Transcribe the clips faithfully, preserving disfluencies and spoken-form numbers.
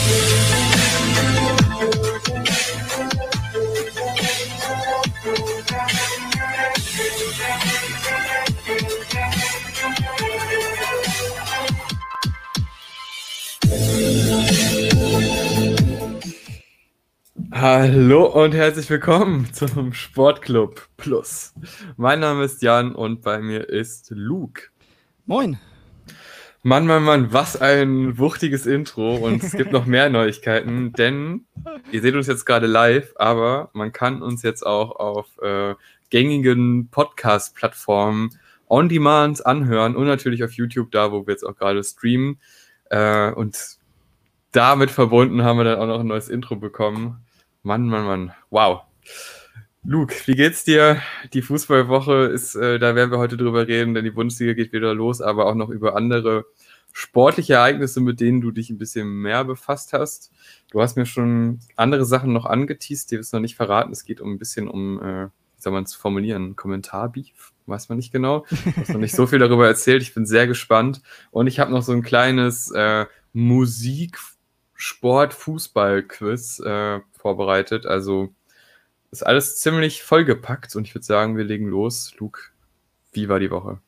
Hallo und herzlich willkommen zum Sportclub Plus. Mein Name ist Jan und bei mir ist Luke. Moin. Mann, Mann, Mann, was ein wuchtiges Intro und es gibt noch mehr Neuigkeiten, denn ihr seht uns jetzt gerade live, aber man kann uns jetzt auch auf äh, gängigen Podcast-Plattformen on demand anhören und natürlich auf YouTube, da wo wir jetzt auch gerade streamen. Äh, und damit verbunden haben wir dann auch noch ein neues Intro bekommen. Mann, Mann, Mann. Wow. Luke, wie geht's dir? Die Fußballwoche ist, äh, da werden wir heute drüber reden, denn die Bundesliga geht wieder los, aber auch noch über andere sportliche Ereignisse, mit denen du dich ein bisschen mehr befasst hast. Du hast mir schon andere Sachen noch angeteast, die wirst du noch nicht verraten. Es geht um ein bisschen um, äh, wie soll man es formulieren, Kommentarbeef? Weiß man nicht genau. Du hast noch nicht so viel darüber erzählt. Ich bin sehr gespannt. Und ich habe noch so ein kleines äh, Musik- Sport-Fußball-Quiz äh, vorbereitet. Also ist alles ziemlich vollgepackt und ich würde sagen, wir legen los. Luke, wie war die Woche?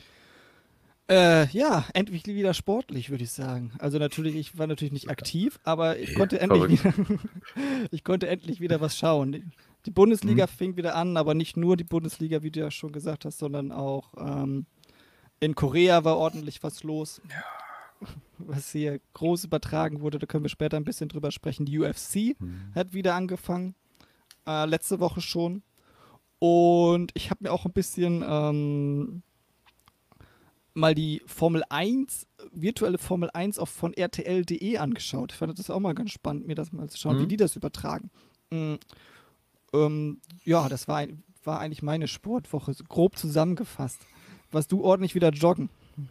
Äh, ja, endlich wieder sportlich, würde ich sagen. Also natürlich, ich war natürlich nicht aktiv, aber ich konnte endlich wieder, ich konnte endlich wieder was schauen. Die Bundesliga hm. fing wieder an, aber nicht nur die Bundesliga, wie du ja schon gesagt hast, sondern auch ähm, in Korea war ordentlich was los. Ja. Was hier groß übertragen wurde, da können wir später ein bisschen drüber sprechen. Die U F C hm. hat wieder angefangen, äh, letzte Woche schon. Und ich habe mir auch ein bisschen ähm, mal die Formel eins, virtuelle Formel eins auch von R T L punkt de angeschaut. Ich fand das auch mal ganz spannend, mir das mal zu schauen, hm. wie die das übertragen. Mhm. Ähm, ja, das war, war eigentlich meine Sportwoche, so grob zusammengefasst. Warst du ordentlich wieder joggen?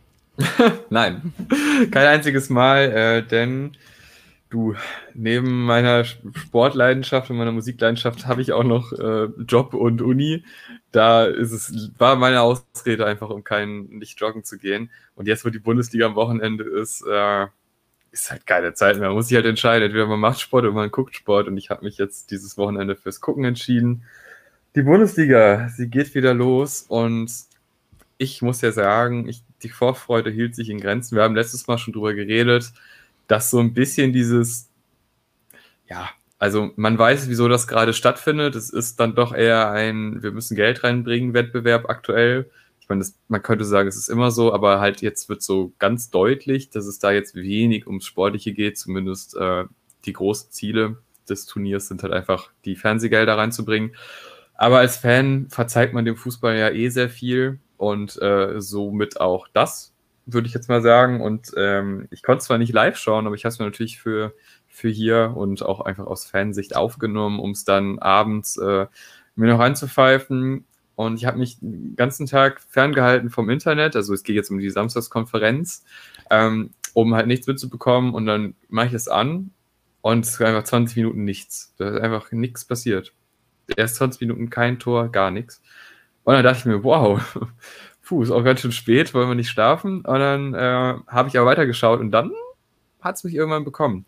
Nein, kein einziges Mal, äh, denn du, neben meiner Sportleidenschaft und meiner Musikleidenschaft habe ich auch noch äh, Job und Uni. Da ist es, war meine Ausrede einfach, um kein, nicht joggen zu gehen. Und jetzt, wo die Bundesliga am Wochenende ist, äh, ist halt keine Zeit mehr. Man muss sich halt entscheiden, entweder man macht Sport oder man guckt Sport. Und ich habe mich jetzt dieses Wochenende fürs Gucken entschieden. Die Bundesliga, sie geht wieder los und ich muss ja sagen, ich, die Vorfreude hielt sich in Grenzen. Wir haben letztes Mal schon drüber geredet, dass so ein bisschen dieses, ja, also man weiß, wieso das gerade stattfindet. Es ist dann doch eher ein, wir müssen Geld reinbringen, Wettbewerb aktuell. Ich meine, das, man könnte sagen, es ist immer so, aber halt jetzt wird so ganz deutlich, dass es da jetzt wenig ums Sportliche geht. Zumindest äh, die großen Ziele des Turniers sind halt einfach, die Fernsehgelder reinzubringen. Aber als Fan verzeiht man dem Fußball ja eh sehr viel. Und äh, somit auch das, würde ich jetzt mal sagen. Und ähm, ich konnte zwar nicht live schauen, aber ich habe es mir natürlich für, für hier und auch einfach aus Fansicht aufgenommen, um es dann abends äh, mir noch reinzupfeifen. Und ich habe mich den ganzen Tag ferngehalten vom Internet. Also es geht jetzt um die Samstagskonferenz, ähm, um halt nichts mitzubekommen. Und dann mache ich es an und es ist einfach zwanzig Minuten nichts. Da ist einfach nichts passiert. Erst zwanzig Minuten kein Tor, gar nichts. Und dann dachte ich mir, wow, puh, ist auch ganz schön spät, wollen wir nicht schlafen? Und dann äh, habe ich aber weitergeschaut und dann hat es mich irgendwann bekommen.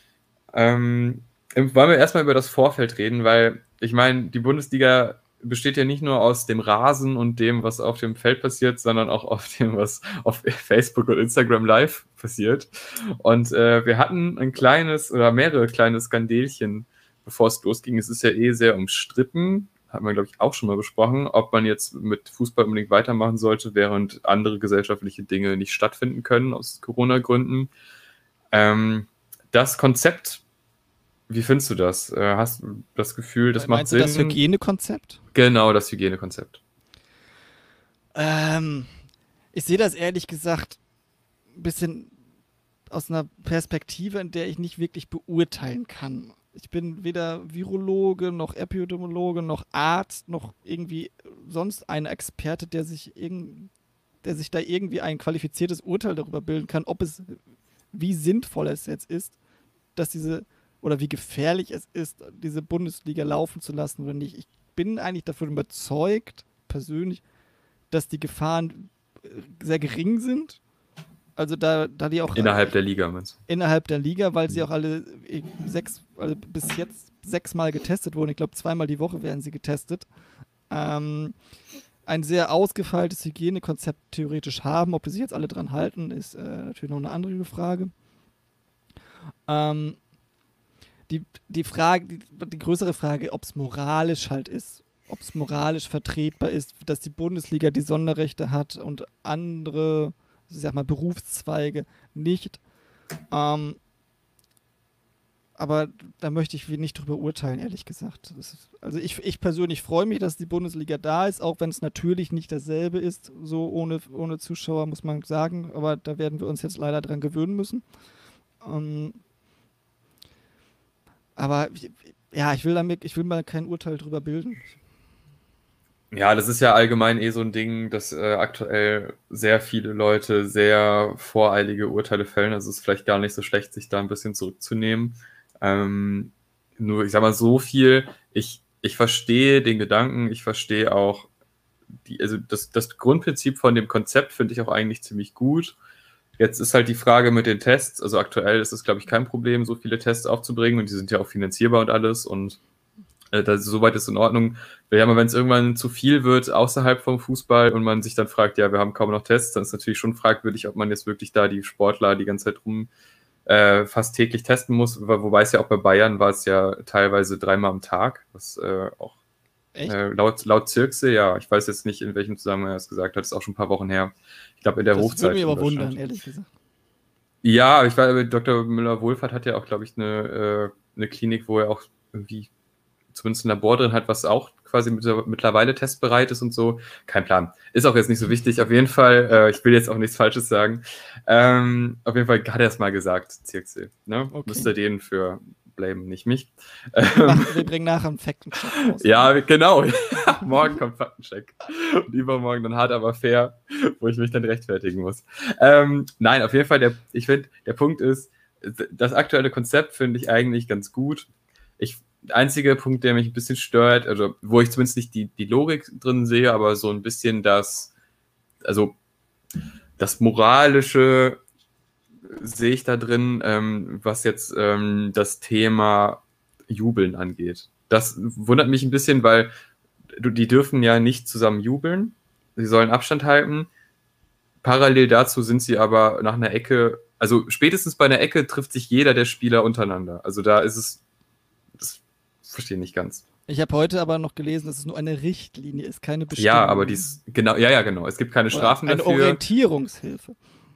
Ähm, wollen wir erstmal über das Vorfeld reden, weil ich meine, die Bundesliga besteht ja nicht nur aus dem Rasen und dem, was auf dem Feld passiert, sondern auch auf dem, was auf Facebook und Instagram Live passiert. Und äh, wir hatten ein kleines oder mehrere kleine Skandelchen, bevor es losging. Es ist ja eh sehr umstritten, hat man, glaube ich, auch schon mal besprochen, ob man jetzt mit Fußball unbedingt weitermachen sollte, während andere gesellschaftliche Dinge nicht stattfinden können aus Corona-Gründen. Ähm, das Konzept, wie findest du das? Äh, hast du das Gefühl, das Meinst macht du Sinn? Das Hygienekonzept? Genau, das Hygienekonzept. Ähm, ich sehe das ehrlich gesagt ein bisschen aus einer Perspektive, in der ich nicht wirklich beurteilen kann. Ich bin weder Virologe, noch Epidemiologe, noch Arzt, noch irgendwie sonst ein Experte, der sich, irgend, der sich da irgendwie ein qualifiziertes Urteil darüber bilden kann, ob es, wie sinnvoll es jetzt ist, dass diese, oder wie gefährlich es ist, diese Bundesliga laufen zu lassen oder nicht. Ich bin eigentlich davon überzeugt, persönlich, dass die Gefahren sehr gering sind Also da, da die auch innerhalb der Liga, meinst du? Innerhalb der Liga, weil sie auch alle sechs, also bis jetzt sechsmal getestet wurden. Ich glaube, zweimal die Woche werden sie getestet. Ähm, ein sehr ausgefeiltes Hygienekonzept theoretisch haben. Ob die sich jetzt alle dran halten, ist äh, natürlich noch eine andere Frage. Ähm, die, die Frage, die, die größere Frage, ob es moralisch halt ist, ob es moralisch vertretbar ist, dass die Bundesliga die Sonderrechte hat und andere, ich sag mal, Berufszweige nicht. Ähm, aber da möchte ich nicht drüber urteilen, ehrlich gesagt. Das ist, also ich, ich persönlich freue mich, dass die Bundesliga da ist, auch wenn es natürlich nicht dasselbe ist, so ohne, ohne Zuschauer, muss man sagen. Aber da werden wir uns jetzt leider dran gewöhnen müssen. Ähm, aber ja, ich will damit, ich will mal kein Urteil drüber bilden. Ja, das ist ja allgemein eh so ein Ding, dass äh, aktuell sehr viele Leute sehr voreilige Urteile fällen. Also es ist vielleicht gar nicht so schlecht, sich da ein bisschen zurückzunehmen. Ähm, nur, ich sag mal, so viel, ich, ich verstehe den Gedanken, ich verstehe auch, die, also das, das Grundprinzip von dem Konzept finde ich auch eigentlich ziemlich gut. Jetzt ist halt die Frage mit den Tests, also aktuell ist es, glaube ich, kein Problem, so viele Tests aufzubringen und die sind ja auch finanzierbar und alles und äh, das, soweit ist in Ordnung. Ja, aber wenn es irgendwann zu viel wird außerhalb vom Fußball und man sich dann fragt, ja, wir haben kaum noch Tests, dann ist natürlich schon fragwürdig, ob man jetzt wirklich da die Sportler die ganze Zeit rum äh, fast täglich testen muss, wobei es ja auch bei Bayern war es ja teilweise dreimal am Tag, was äh, auch äh, laut, laut Zirkse, ja, ich weiß jetzt nicht, in welchem Zusammenhang er es gesagt hat, ist auch schon ein paar Wochen her. Ich glaube, in der das Hochzeit. Das würde mich aber wundern, ehrlich gesagt. Ja, ich weiß, Doktor Müller-Wohlfahrt hat ja auch, glaube ich, eine, äh, eine Klinik, wo er auch irgendwie zumindest ein Labor drin hat, was auch quasi mit, mittlerweile testbereit ist und so. Kein Plan. Ist auch jetzt nicht so wichtig. Auf jeden Fall, äh, ich will jetzt auch nichts Falsches sagen. Ähm, auf jeden Fall hat er es mal gesagt, Zirkse. Ne? Okay. Müsste den für blamen, nicht mich. Ähm, wir bringen nachher einen Faktencheck raus. Ja, genau. Morgen kommt Faktencheck. Und übermorgen dann hart, aber fair, wo ich mich dann rechtfertigen muss. Ähm, nein, auf jeden Fall, der, ich finde, der Punkt ist, das aktuelle Konzept finde ich eigentlich ganz gut. Ich Der einzige Punkt, der mich ein bisschen stört, also wo ich zumindest nicht die, die Logik drin sehe, aber so ein bisschen das, also das Moralische sehe ich da drin, ähm, was jetzt ähm, das Thema Jubeln angeht. Das wundert mich ein bisschen, weil die dürfen ja nicht zusammen jubeln, sie sollen Abstand halten. Parallel dazu sind sie aber nach einer Ecke, also spätestens bei einer Ecke trifft sich jeder der Spieler untereinander. Also da ist es, das verstehe ich nicht ganz. Ich habe heute aber noch gelesen, dass es nur eine Richtlinie ist, keine Bestimmung. Ja, aber die ist, genau, ja, ja, genau. Es gibt keine Strafen eine dafür. Eine Orientierungshilfe.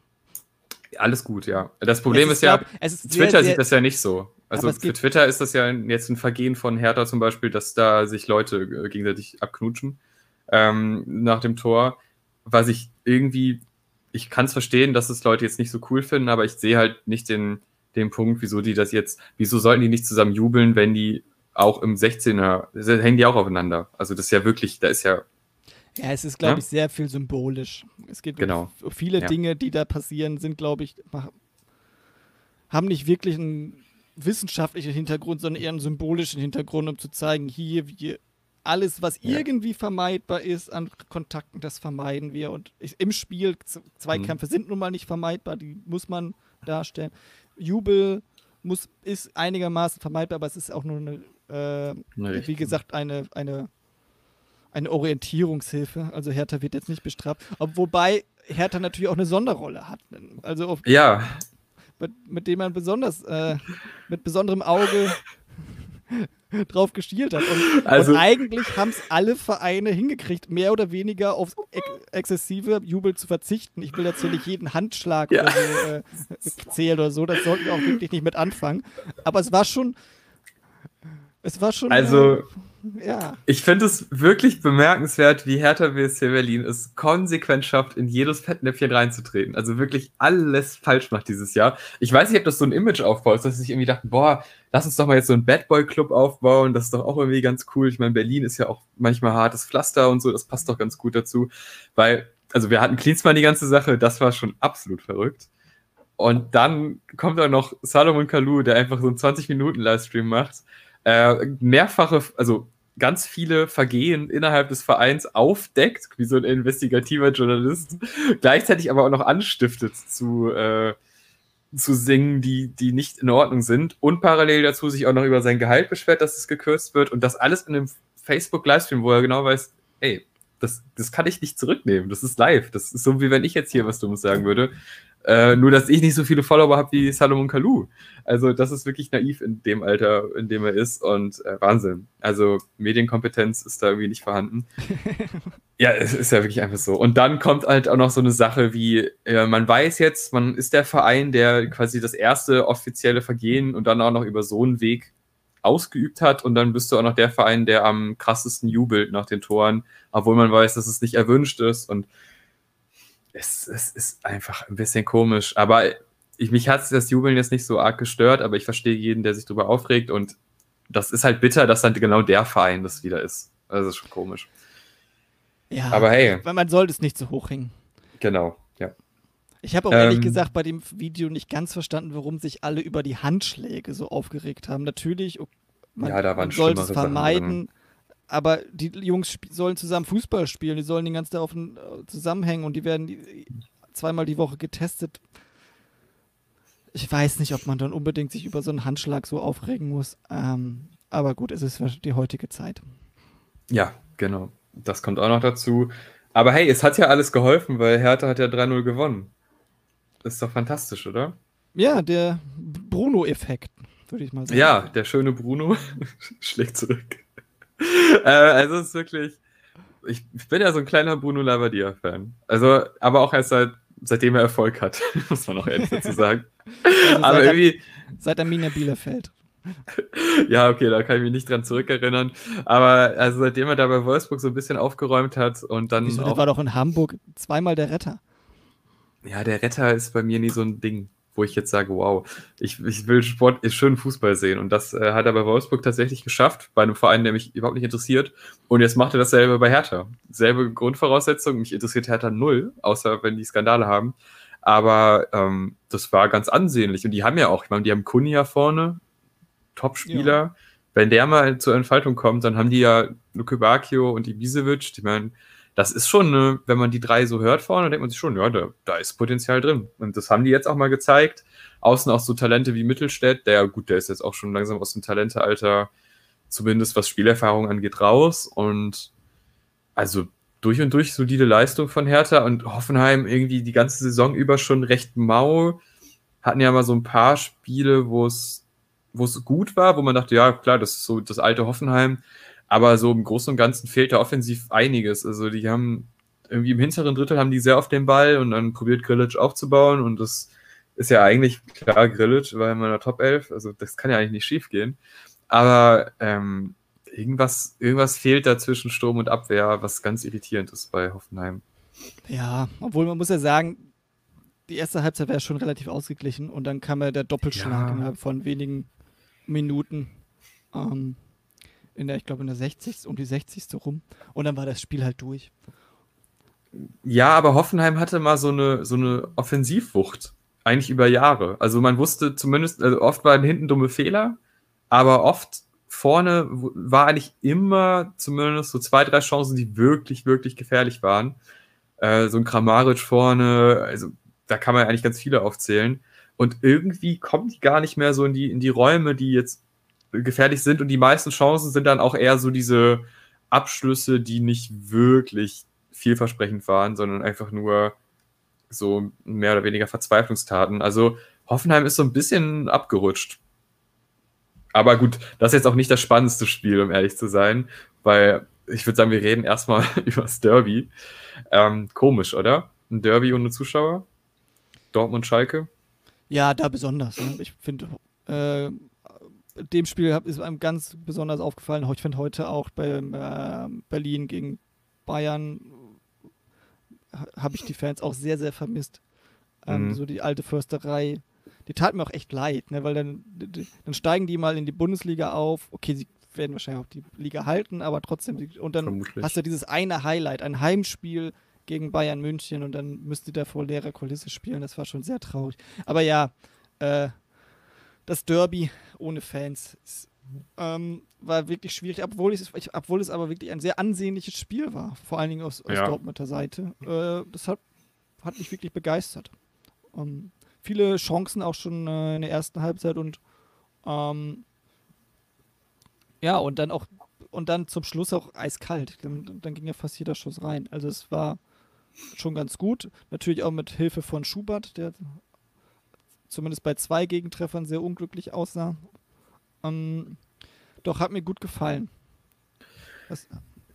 Alles gut, ja. Das Problem ist, ist ja, glaub, ist Twitter sehr, sieht sehr, das ja nicht so. Also für Twitter ist das ja jetzt ein Vergehen von Hertha zum Beispiel, dass da sich Leute gegenseitig abknutschen ähm, nach dem Tor. Was ich irgendwie, ich kann es verstehen, dass es Leute jetzt nicht so cool finden, aber ich sehe halt nicht den, den Punkt, wieso die das jetzt, wieso sollten die nicht zusammen jubeln, wenn die auch im sechzehner, hängen die auch aufeinander. Also das ist ja wirklich, da ist ja... Ja, es ist, glaube ja? ich, sehr viel symbolisch. Es geht genau. um viele ja. Dinge, die da passieren, sind, glaube ich, haben nicht wirklich einen wissenschaftlichen Hintergrund, sondern eher einen symbolischen Hintergrund, um zu zeigen, hier, wir, alles, was ja. irgendwie vermeidbar ist an Kontakten, das vermeiden wir. Und ich, im Spiel, Zweikämpfe mhm. sind nun mal nicht vermeidbar, die muss man darstellen. Jubel muss, ist einigermaßen vermeidbar, aber es ist auch nur eine, äh, wie gesagt, eine, eine eine Orientierungshilfe. Also Hertha wird jetzt nicht bestraft. Wobei Hertha natürlich auch eine Sonderrolle hat. Also auf, ja. mit, mit dem man besonders äh, mit besonderem Auge drauf geschielt hat. Und, also, und eigentlich haben es alle Vereine hingekriegt, mehr oder weniger auf ex exzessive Jubel zu verzichten. Ich will jetzt hier nicht jeden Handschlag ja. oder so, äh, zählen oder so. Das sollten wir auch wirklich nicht mit anfangen. Aber es war schon es war schon also äh, ja. Ich finde es wirklich bemerkenswert, wie Hertha B S C Berlin es konsequent schafft, in jedes Fettnäpfchen reinzutreten. Also wirklich alles falsch macht dieses Jahr. Ich weiß nicht, ob das so ein Image aufbaut, dass ich irgendwie dachte, boah, lass uns doch mal jetzt so einen Bad Boy Club aufbauen. Das ist doch auch irgendwie ganz cool. Ich meine, Berlin ist ja auch manchmal hartes Pflaster und so. Das passt doch ganz gut dazu. Weil, also wir hatten Klinsmann die ganze Sache. Das war schon absolut verrückt. Und dann kommt auch noch Salomon Kalou, der einfach so einen zwanzig Minuten Livestream macht. Äh, mehrfache, also ganz viele Vergehen innerhalb des Vereins aufdeckt, wie so ein investigativer Journalist, gleichzeitig aber auch noch anstiftet zu, äh, zu singen, die, die nicht in Ordnung sind und parallel dazu sich auch noch über sein Gehalt beschwert, dass es gekürzt wird und das alles in einem Facebook-Livestream, wo er genau weiß, ey, das, das kann ich nicht zurücknehmen, das ist live, das ist so, wie wenn ich jetzt hier was Dummes sagen würde, äh, nur dass ich nicht so viele Follower habe wie Salomon Kalou. Also das ist wirklich naiv in dem Alter, in dem er ist und äh, Wahnsinn. Also Medienkompetenz ist da irgendwie nicht vorhanden. Ja, es ist ja wirklich einfach so. Und dann kommt halt auch noch so eine Sache wie, äh, man weiß jetzt, man ist der Verein, der quasi das erste offizielle Vergehen und dann auch noch über so einen Weg ausgeübt hat und dann bist du auch noch der Verein, der am krassesten jubelt nach den Toren, obwohl man weiß, dass es nicht erwünscht ist und es, es ist einfach ein bisschen komisch. Aber ich, mich hat das Jubeln jetzt nicht so arg gestört, aber ich verstehe jeden, der sich darüber aufregt und das ist halt bitter, dass dann genau der Verein das wieder ist. Also das ist schon komisch. Ja, aber hey. Weil man sollte es nicht so hoch hängen. Genau, ja. Ich habe auch ähm, ehrlich gesagt bei dem Video nicht ganz verstanden, warum sich alle über die Handschläge so aufgeregt haben. Natürlich, man, ja, da man soll es vermeiden, aber die Jungs sollen zusammen Fußball spielen, die sollen den ganzen Tag auf den, äh, zusammenhängen und die werden die, zweimal die Woche getestet. Ich weiß nicht, ob man dann unbedingt sich über so einen Handschlag so aufregen muss. Ähm, aber gut, es ist die heutige Zeit. Ja, genau. Das kommt auch noch dazu. Aber hey, es hat ja alles geholfen, weil Hertha hat ja drei null gewonnen. Das ist doch fantastisch, oder? Ja, der Bruno-Effekt, würde ich mal sagen. Ja, der schöne Bruno schlägt zurück. äh, also es ist wirklich, ich, ich bin ja so ein kleiner Bruno Labbadia-Fan. Also, aber auch erst seit, seitdem er Erfolg hat, muss man auch ehrlich dazu sagen. Also aber seit irgendwie. Seit Arminia Bielefeld. Ja, okay, da kann ich mich nicht dran zurückerinnern. Aber also seitdem er da bei Wolfsburg so ein bisschen aufgeräumt hat und dann. Wieso, auch, der war doch in Hamburg zweimal der Retter. Ja, der Retter ist bei mir nie so ein Ding, wo ich jetzt sage, wow, ich, ich will Sport, schönen Fußball sehen. Und das äh, hat er bei Wolfsburg tatsächlich geschafft, bei einem Verein, der mich überhaupt nicht interessiert. Und jetzt macht er dasselbe bei Hertha. Selbe Grundvoraussetzung, mich interessiert Hertha null, außer wenn die Skandale haben. Aber ähm, das war ganz ansehnlich. Und die haben ja auch, ich meine, die haben Kunja vorne, Top-Spieler. Ja. Wenn der mal zur Entfaltung kommt, dann haben die ja Luke Bacchio und Ibisevic. Ich meine, das ist schon, eine, wenn man die drei so hört vorne, dann denkt man sich schon, ja, da, da ist Potenzial drin. Und das haben die jetzt auch mal gezeigt. Außen auch so Talente wie Mittelstädt, der, gut, der ist jetzt auch schon langsam aus dem Talentealter, zumindest was Spielerfahrung angeht, raus. Und also durch und durch solide Leistung von Hertha und Hoffenheim irgendwie die ganze Saison über schon recht mau. Hatten ja mal so ein paar Spiele, wo es wo es gut war, wo man dachte, ja, klar, das ist so das alte Hoffenheim. Aber so im Großen und Ganzen fehlt da offensiv einiges. Also die haben irgendwie im hinteren Drittel haben die sehr oft den Ball und dann probiert Grilic aufzubauen und das ist ja eigentlich klar, Grilic war in meiner Top elf, also das kann ja eigentlich nicht schief gehen. Aber ähm, irgendwas, irgendwas fehlt da zwischen Sturm und Abwehr, was ganz irritierend ist bei Hoffenheim. Ja, obwohl man muss ja sagen, die erste Halbzeit war ja schon relativ ausgeglichen und dann kam ja der Doppelschlag ja. innerhalb von wenigen Minuten. Ähm, in der, ich glaube, in der sechzigsten um die sechzigste rum. Und dann war das Spiel halt durch. Ja, aber Hoffenheim hatte mal so eine, so eine Offensivwucht. Eigentlich über Jahre. Also man wusste zumindest, also oft waren hinten dumme Fehler, aber oft vorne war eigentlich immer zumindest so zwei, drei Chancen, die wirklich, wirklich gefährlich waren. Äh, so ein Kramaric vorne, also da kann man eigentlich ganz viele aufzählen. Und irgendwie kommen die gar nicht mehr so in die, in die Räume, die jetzt gefährlich sind und die meisten Chancen sind dann auch eher so diese Abschlüsse, die nicht wirklich vielversprechend waren, sondern einfach nur so mehr oder weniger Verzweiflungstaten. Also Hoffenheim ist so ein bisschen abgerutscht. Aber gut, das ist jetzt auch nicht das spannendste Spiel, um ehrlich zu sein, weil ich würde sagen, wir reden erstmal über das Derby. Ähm, komisch, oder? Ein Derby ohne Zuschauer? Dortmund-Schalke? Ja, da besonders. Ne? Ich finde, äh, dem Spiel ist einem ganz besonders aufgefallen. Ich finde heute auch bei äh, Berlin gegen Bayern habe ich die Fans auch sehr, sehr vermisst. Ähm, mhm. So die alte Försterei. Die tat mir auch echt leid, ne? Weil dann, dann steigen die mal in die Bundesliga auf. Okay, sie werden wahrscheinlich auch die Liga halten, aber trotzdem. Und dann Vermutlich. Hast du dieses eine Highlight, ein Heimspiel gegen Bayern München und dann müsst ihr da vor leerer Kulisse spielen. Das war schon sehr traurig. Aber ja, äh, das Derby ohne Fans ist Ähm, war wirklich schwierig, obwohl es, obwohl es aber wirklich ein sehr ansehnliches Spiel war, vor allen Dingen aus, aus Ja. Dortmunder Seite. Äh, das hat, hat mich wirklich begeistert. Ähm, viele Chancen auch schon äh, in der ersten Halbzeit und ähm, ja, und dann auch und dann zum Schluss auch eiskalt. Dann, dann ging ja fast jeder Schuss rein. Also es war schon ganz gut. Natürlich auch mit Hilfe von Schubert, der zumindest bei zwei Gegentreffern sehr unglücklich aussah. Ähm, doch, hat mir gut gefallen. Was,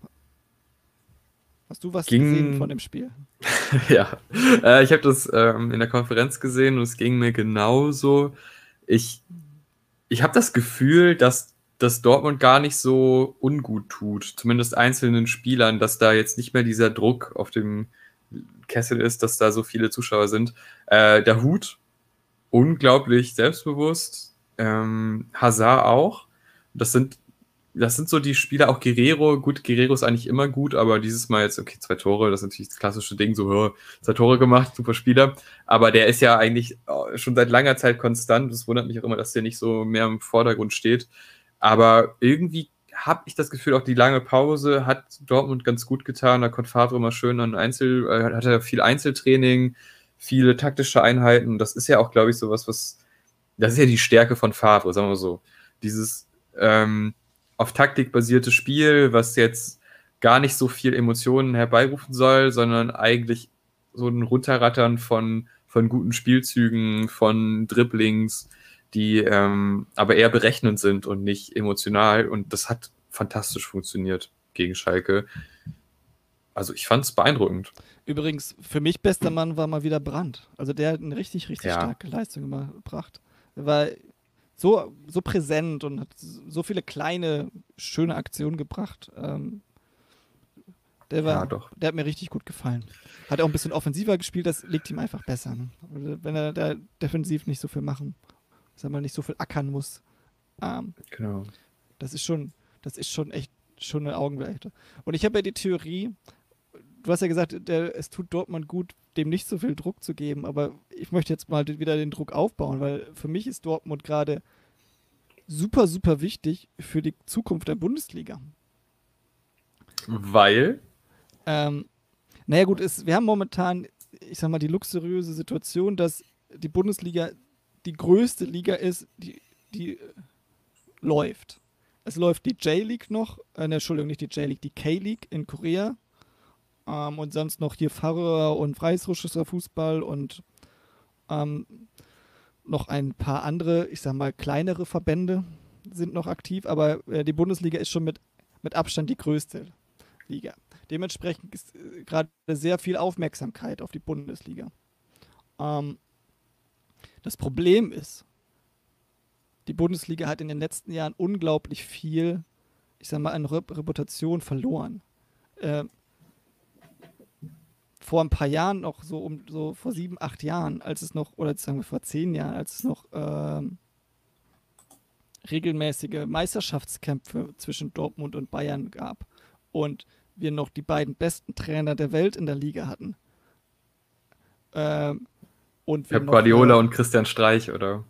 hast du was gesehen von Ging, dem Spiel? ja, äh, ich habe das ähm, in der Konferenz gesehen und es ging mir genauso. Ich, ich habe das Gefühl, dass das Dortmund gar nicht so ungut tut, zumindest einzelnen Spielern, dass da jetzt nicht mehr dieser Druck auf dem Kessel ist, dass da so viele Zuschauer sind. Äh, der Hut, unglaublich selbstbewusst, ähm, Hazard auch. Das sind das sind so die Spieler, auch Guerrero, gut, Guerrero ist eigentlich immer gut, aber dieses Mal jetzt, okay, zwei Tore, das ist natürlich das klassische Ding, so, hör, zwei Tore gemacht, super Spieler, aber der ist ja eigentlich schon seit langer Zeit konstant, das wundert mich auch immer, dass der nicht so mehr im Vordergrund steht, aber irgendwie habe ich das Gefühl, auch die lange Pause hat Dortmund ganz gut getan, da konnte Favre immer schön an Einzel, äh, hat er viel Einzeltraining, viele taktische Einheiten, das ist ja auch, glaube ich, sowas, was, das ist ja die Stärke von Favre, sagen wir so, dieses, ähm, auf Taktik basierte Spiel, was jetzt gar nicht so viel Emotionen herbeirufen soll, sondern eigentlich so ein Runterrattern von, von guten Spielzügen, von Dribblings, die ähm, aber eher berechnend sind und nicht emotional. Und das hat fantastisch funktioniert gegen Schalke. Also ich fand es beeindruckend. Übrigens, für mich bester Mann war mal wieder Brandt. Also der hat eine richtig, richtig Ja. starke Leistung gebracht. Er war so, so präsent und hat so viele kleine, schöne Aktionen gebracht. Ähm, der, war, Ja, doch. der hat mir richtig gut gefallen. Hat auch ein bisschen offensiver gespielt, das liegt ihm einfach besser. Ne? Wenn er da defensiv nicht so viel machen, sagen wir nicht so viel ackern muss. Ähm, Genau. das ist schon, das ist schon echt schon eine Augenweite. Und ich habe ja die Theorie, du hast ja gesagt, der, es tut Dortmund gut, dem nicht so viel Druck zu geben, aber ich möchte jetzt mal wieder den Druck aufbauen, weil für mich ist Dortmund gerade super, super wichtig für die Zukunft der Bundesliga. Weil? Ähm, naja gut, ist, wir haben momentan, ich sag mal, die luxuriöse Situation, dass die Bundesliga die größte Liga ist, die, die äh, läuft. Es läuft die J-League noch, äh, ne, Entschuldigung, nicht die J-League, die K-League in Korea. Ähm, und sonst noch hier Fahrer und freies-russischer Fußball und ähm, noch ein paar andere, ich sag mal, kleinere Verbände sind noch aktiv, aber äh, die Bundesliga ist schon mit, mit Abstand die größte Liga. Dementsprechend ist äh, gerade sehr viel Aufmerksamkeit auf die Bundesliga. Ähm, das Problem ist, die Bundesliga hat in den letzten Jahren unglaublich viel, ich sag mal, an Rep Reputation verloren. Äh, vor ein paar Jahren noch, so um so vor sieben, acht Jahren, als es noch, oder sagen wir vor zehn Jahren, als es noch ähm, regelmäßige Meisterschaftskämpfe zwischen Dortmund und Bayern gab und wir noch die beiden besten Trainer der Welt in der Liga hatten. Ähm, und wir Pep noch Guardiola äh, und Christian Streich, oder?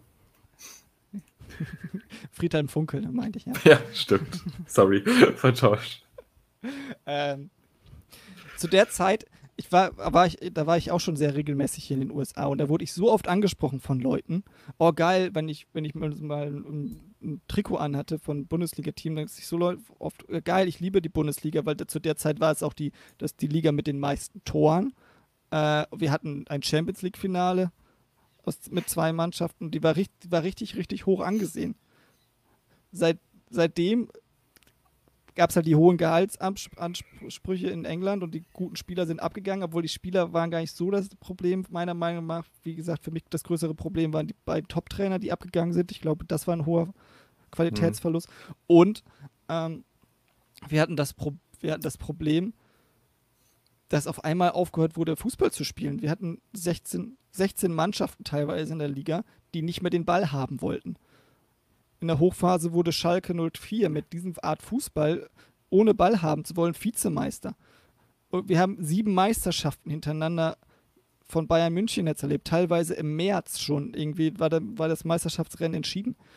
Friedhelm Funkel, meinte ich ja. Ja, stimmt. Sorry, vertauscht. Ähm, zu der Zeit, ich war, war ich, da war ich auch schon sehr regelmäßig hier in den U S A und da wurde ich so oft angesprochen von Leuten, oh geil, wenn ich, wenn ich mal ein, ein Trikot anhatte von Bundesliga-Team, dann ist ich so oft, geil, ich liebe die Bundesliga, weil zu der Zeit war es auch die, das, die Liga mit den meisten Toren. Äh, wir hatten ein Champions League-Finale mit zwei Mannschaften, die war, richtig, die war richtig, richtig hoch angesehen. Seit, seitdem gab es halt die hohen Gehaltsansprüche in England und die guten Spieler sind abgegangen, obwohl die Spieler waren gar nicht so das Problem, meiner Meinung nach. Wie gesagt, für mich das größere Problem waren die beiden Top-Trainer, die abgegangen sind. Ich glaube, das war ein hoher Qualitätsverlust. Mhm. Und ähm, wir, hatten das Pro wir hatten das Problem, dass auf einmal aufgehört wurde, Fußball zu spielen. Wir hatten sechzehn, sechzehn Mannschaften teilweise in der Liga, die nicht mehr den Ball haben wollten. In der Hochphase wurde Schalke null vier mit diesem Art Fußball, ohne Ball haben zu wollen, Vizemeister. Und wir haben sieben Meisterschaften hintereinander von Bayern München jetzt erlebt, teilweise im März schon. Irgendwie war, der, war das Meisterschaftsrennen entschieden.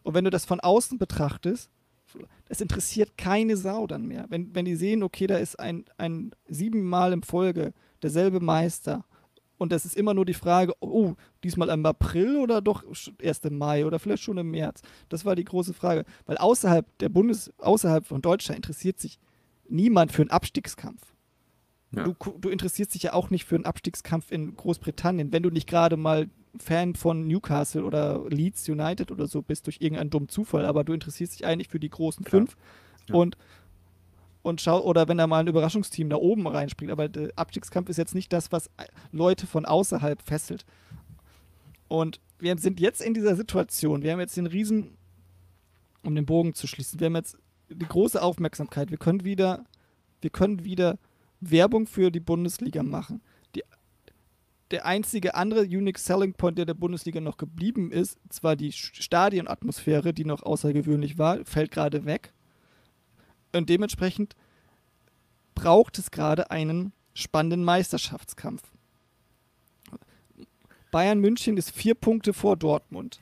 Und wenn du das von außen betrachtest, das interessiert keine Sau dann mehr. Wenn, wenn die sehen, okay, da ist ein, ein siebenmal in Folge derselbe Meister und das ist immer nur die Frage, oh, diesmal im April oder doch erst im Mai oder vielleicht schon im März. Das war die große Frage. Weil außerhalb der Bundes, außerhalb von Deutschland interessiert sich niemand für einen Abstiegskampf. Ja. Du, du interessierst dich ja auch nicht für einen Abstiegskampf in Großbritannien, wenn du nicht gerade mal Fan von Newcastle oder Leeds United oder so bist durch irgendeinen dummen Zufall, aber du interessierst dich eigentlich für die großen Klar. fünf Ja. und, und schau, oder wenn da mal ein Überraschungsteam da oben reinspringt, aber der Abstiegskampf ist jetzt nicht das, was Leute von außerhalb fesselt. Und wir sind jetzt in dieser Situation, wir haben jetzt den Riesen, um den Bogen zu schließen, wir haben jetzt die große Aufmerksamkeit, wir können wieder, wir können wieder Werbung für die Bundesliga machen. Die, der einzige andere Unique Selling Point, der der Bundesliga noch geblieben ist, zwar die Stadionatmosphäre, die noch außergewöhnlich war, fällt gerade weg. Und dementsprechend braucht es gerade einen spannenden Meisterschaftskampf. Bayern München ist vier Punkte vor Dortmund.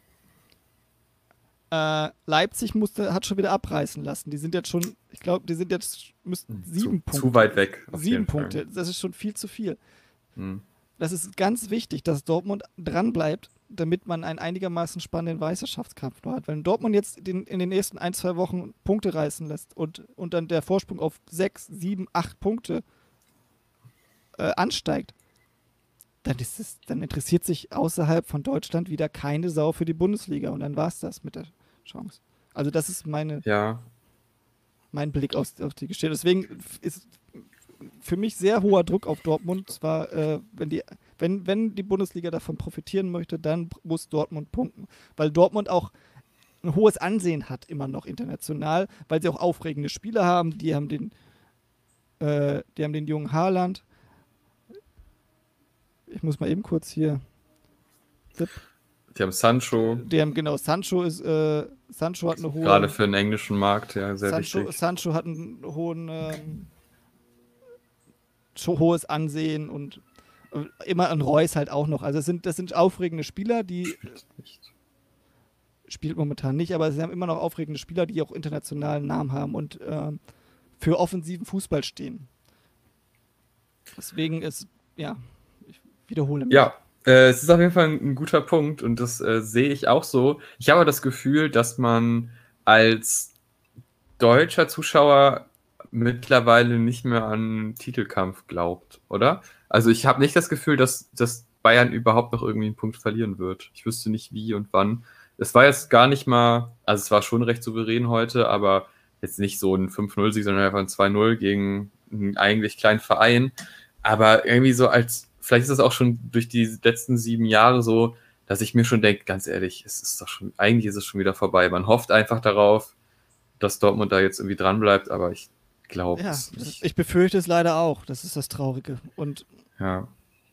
Äh, Leipzig musste, hat schon wieder abreißen lassen. Die sind jetzt schon, ich glaube, die sind jetzt, müssten sieben zu, Punkte. Zu weit weg. auf Sieben jeden Punkte. Fall. Das ist schon viel zu viel. Hm. Das ist ganz wichtig, dass Dortmund dranbleibt, damit man einen einigermaßen spannenden Meisterschaftskampf noch hat. Wenn Dortmund jetzt den, in den nächsten ein, zwei Wochen Punkte reißen lässt und, und dann der Vorsprung auf sechs, sieben, acht Punkte äh, ansteigt, dann, ist es, dann interessiert sich außerhalb von Deutschland wieder keine Sau für die Bundesliga und dann war es das mit der Chance. Also das ist meine, Ja, mein Blick auf, auf die Geschichte. Deswegen ist für mich sehr hoher Druck auf Dortmund. Zwar, äh, wenn, die, wenn, wenn die Bundesliga davon profitieren möchte, dann muss Dortmund punkten. Weil Dortmund auch ein hohes Ansehen hat, immer noch international, weil sie auch aufregende Spieler haben. Die haben den, äh, die haben den jungen Haaland. Ich muss mal eben kurz hier. die haben Sancho, Die haben, genau, Sancho ist, äh, Sancho hat eine hohe. gerade für den englischen Markt, ja, sehr Sancho, wichtig. Sancho hat einen hohen, ähm, so hohes Ansehen und äh, immer ein Reus halt auch noch. Also das sind, das sind aufregende Spieler, die Spielt nicht. spielt momentan nicht, aber sie haben immer noch aufregende Spieler, die auch internationalen Namen haben und ähm, für offensiven Fußball stehen. Deswegen ist, ja, ich wiederhole mich. Ja, äh, es ist auf jeden Fall ein, ein guter Punkt und das äh, sehe ich auch so. Ich habe das Gefühl, dass man als deutscher Zuschauer mittlerweile nicht mehr an Titelkampf glaubt, oder? Also ich habe nicht das Gefühl, dass, dass Bayern überhaupt noch irgendwie einen Punkt verlieren wird. Ich wüsste nicht wie und wann. Es war jetzt gar nicht mal, also es war schon recht souverän heute, aber jetzt nicht so ein fünf null Sieg, sondern einfach ein zwei null gegen einen eigentlich kleinen Verein. Aber irgendwie so als, vielleicht ist es auch schon durch die letzten sieben Jahre so, dass ich mir schon denke, ganz ehrlich, es ist doch schon, eigentlich ist es schon wieder vorbei. Man hofft einfach darauf, dass Dortmund da jetzt irgendwie dran bleibt, aber ich glaube Ja, es nicht. ich befürchte es leider auch. Das ist das Traurige. Und, Ja.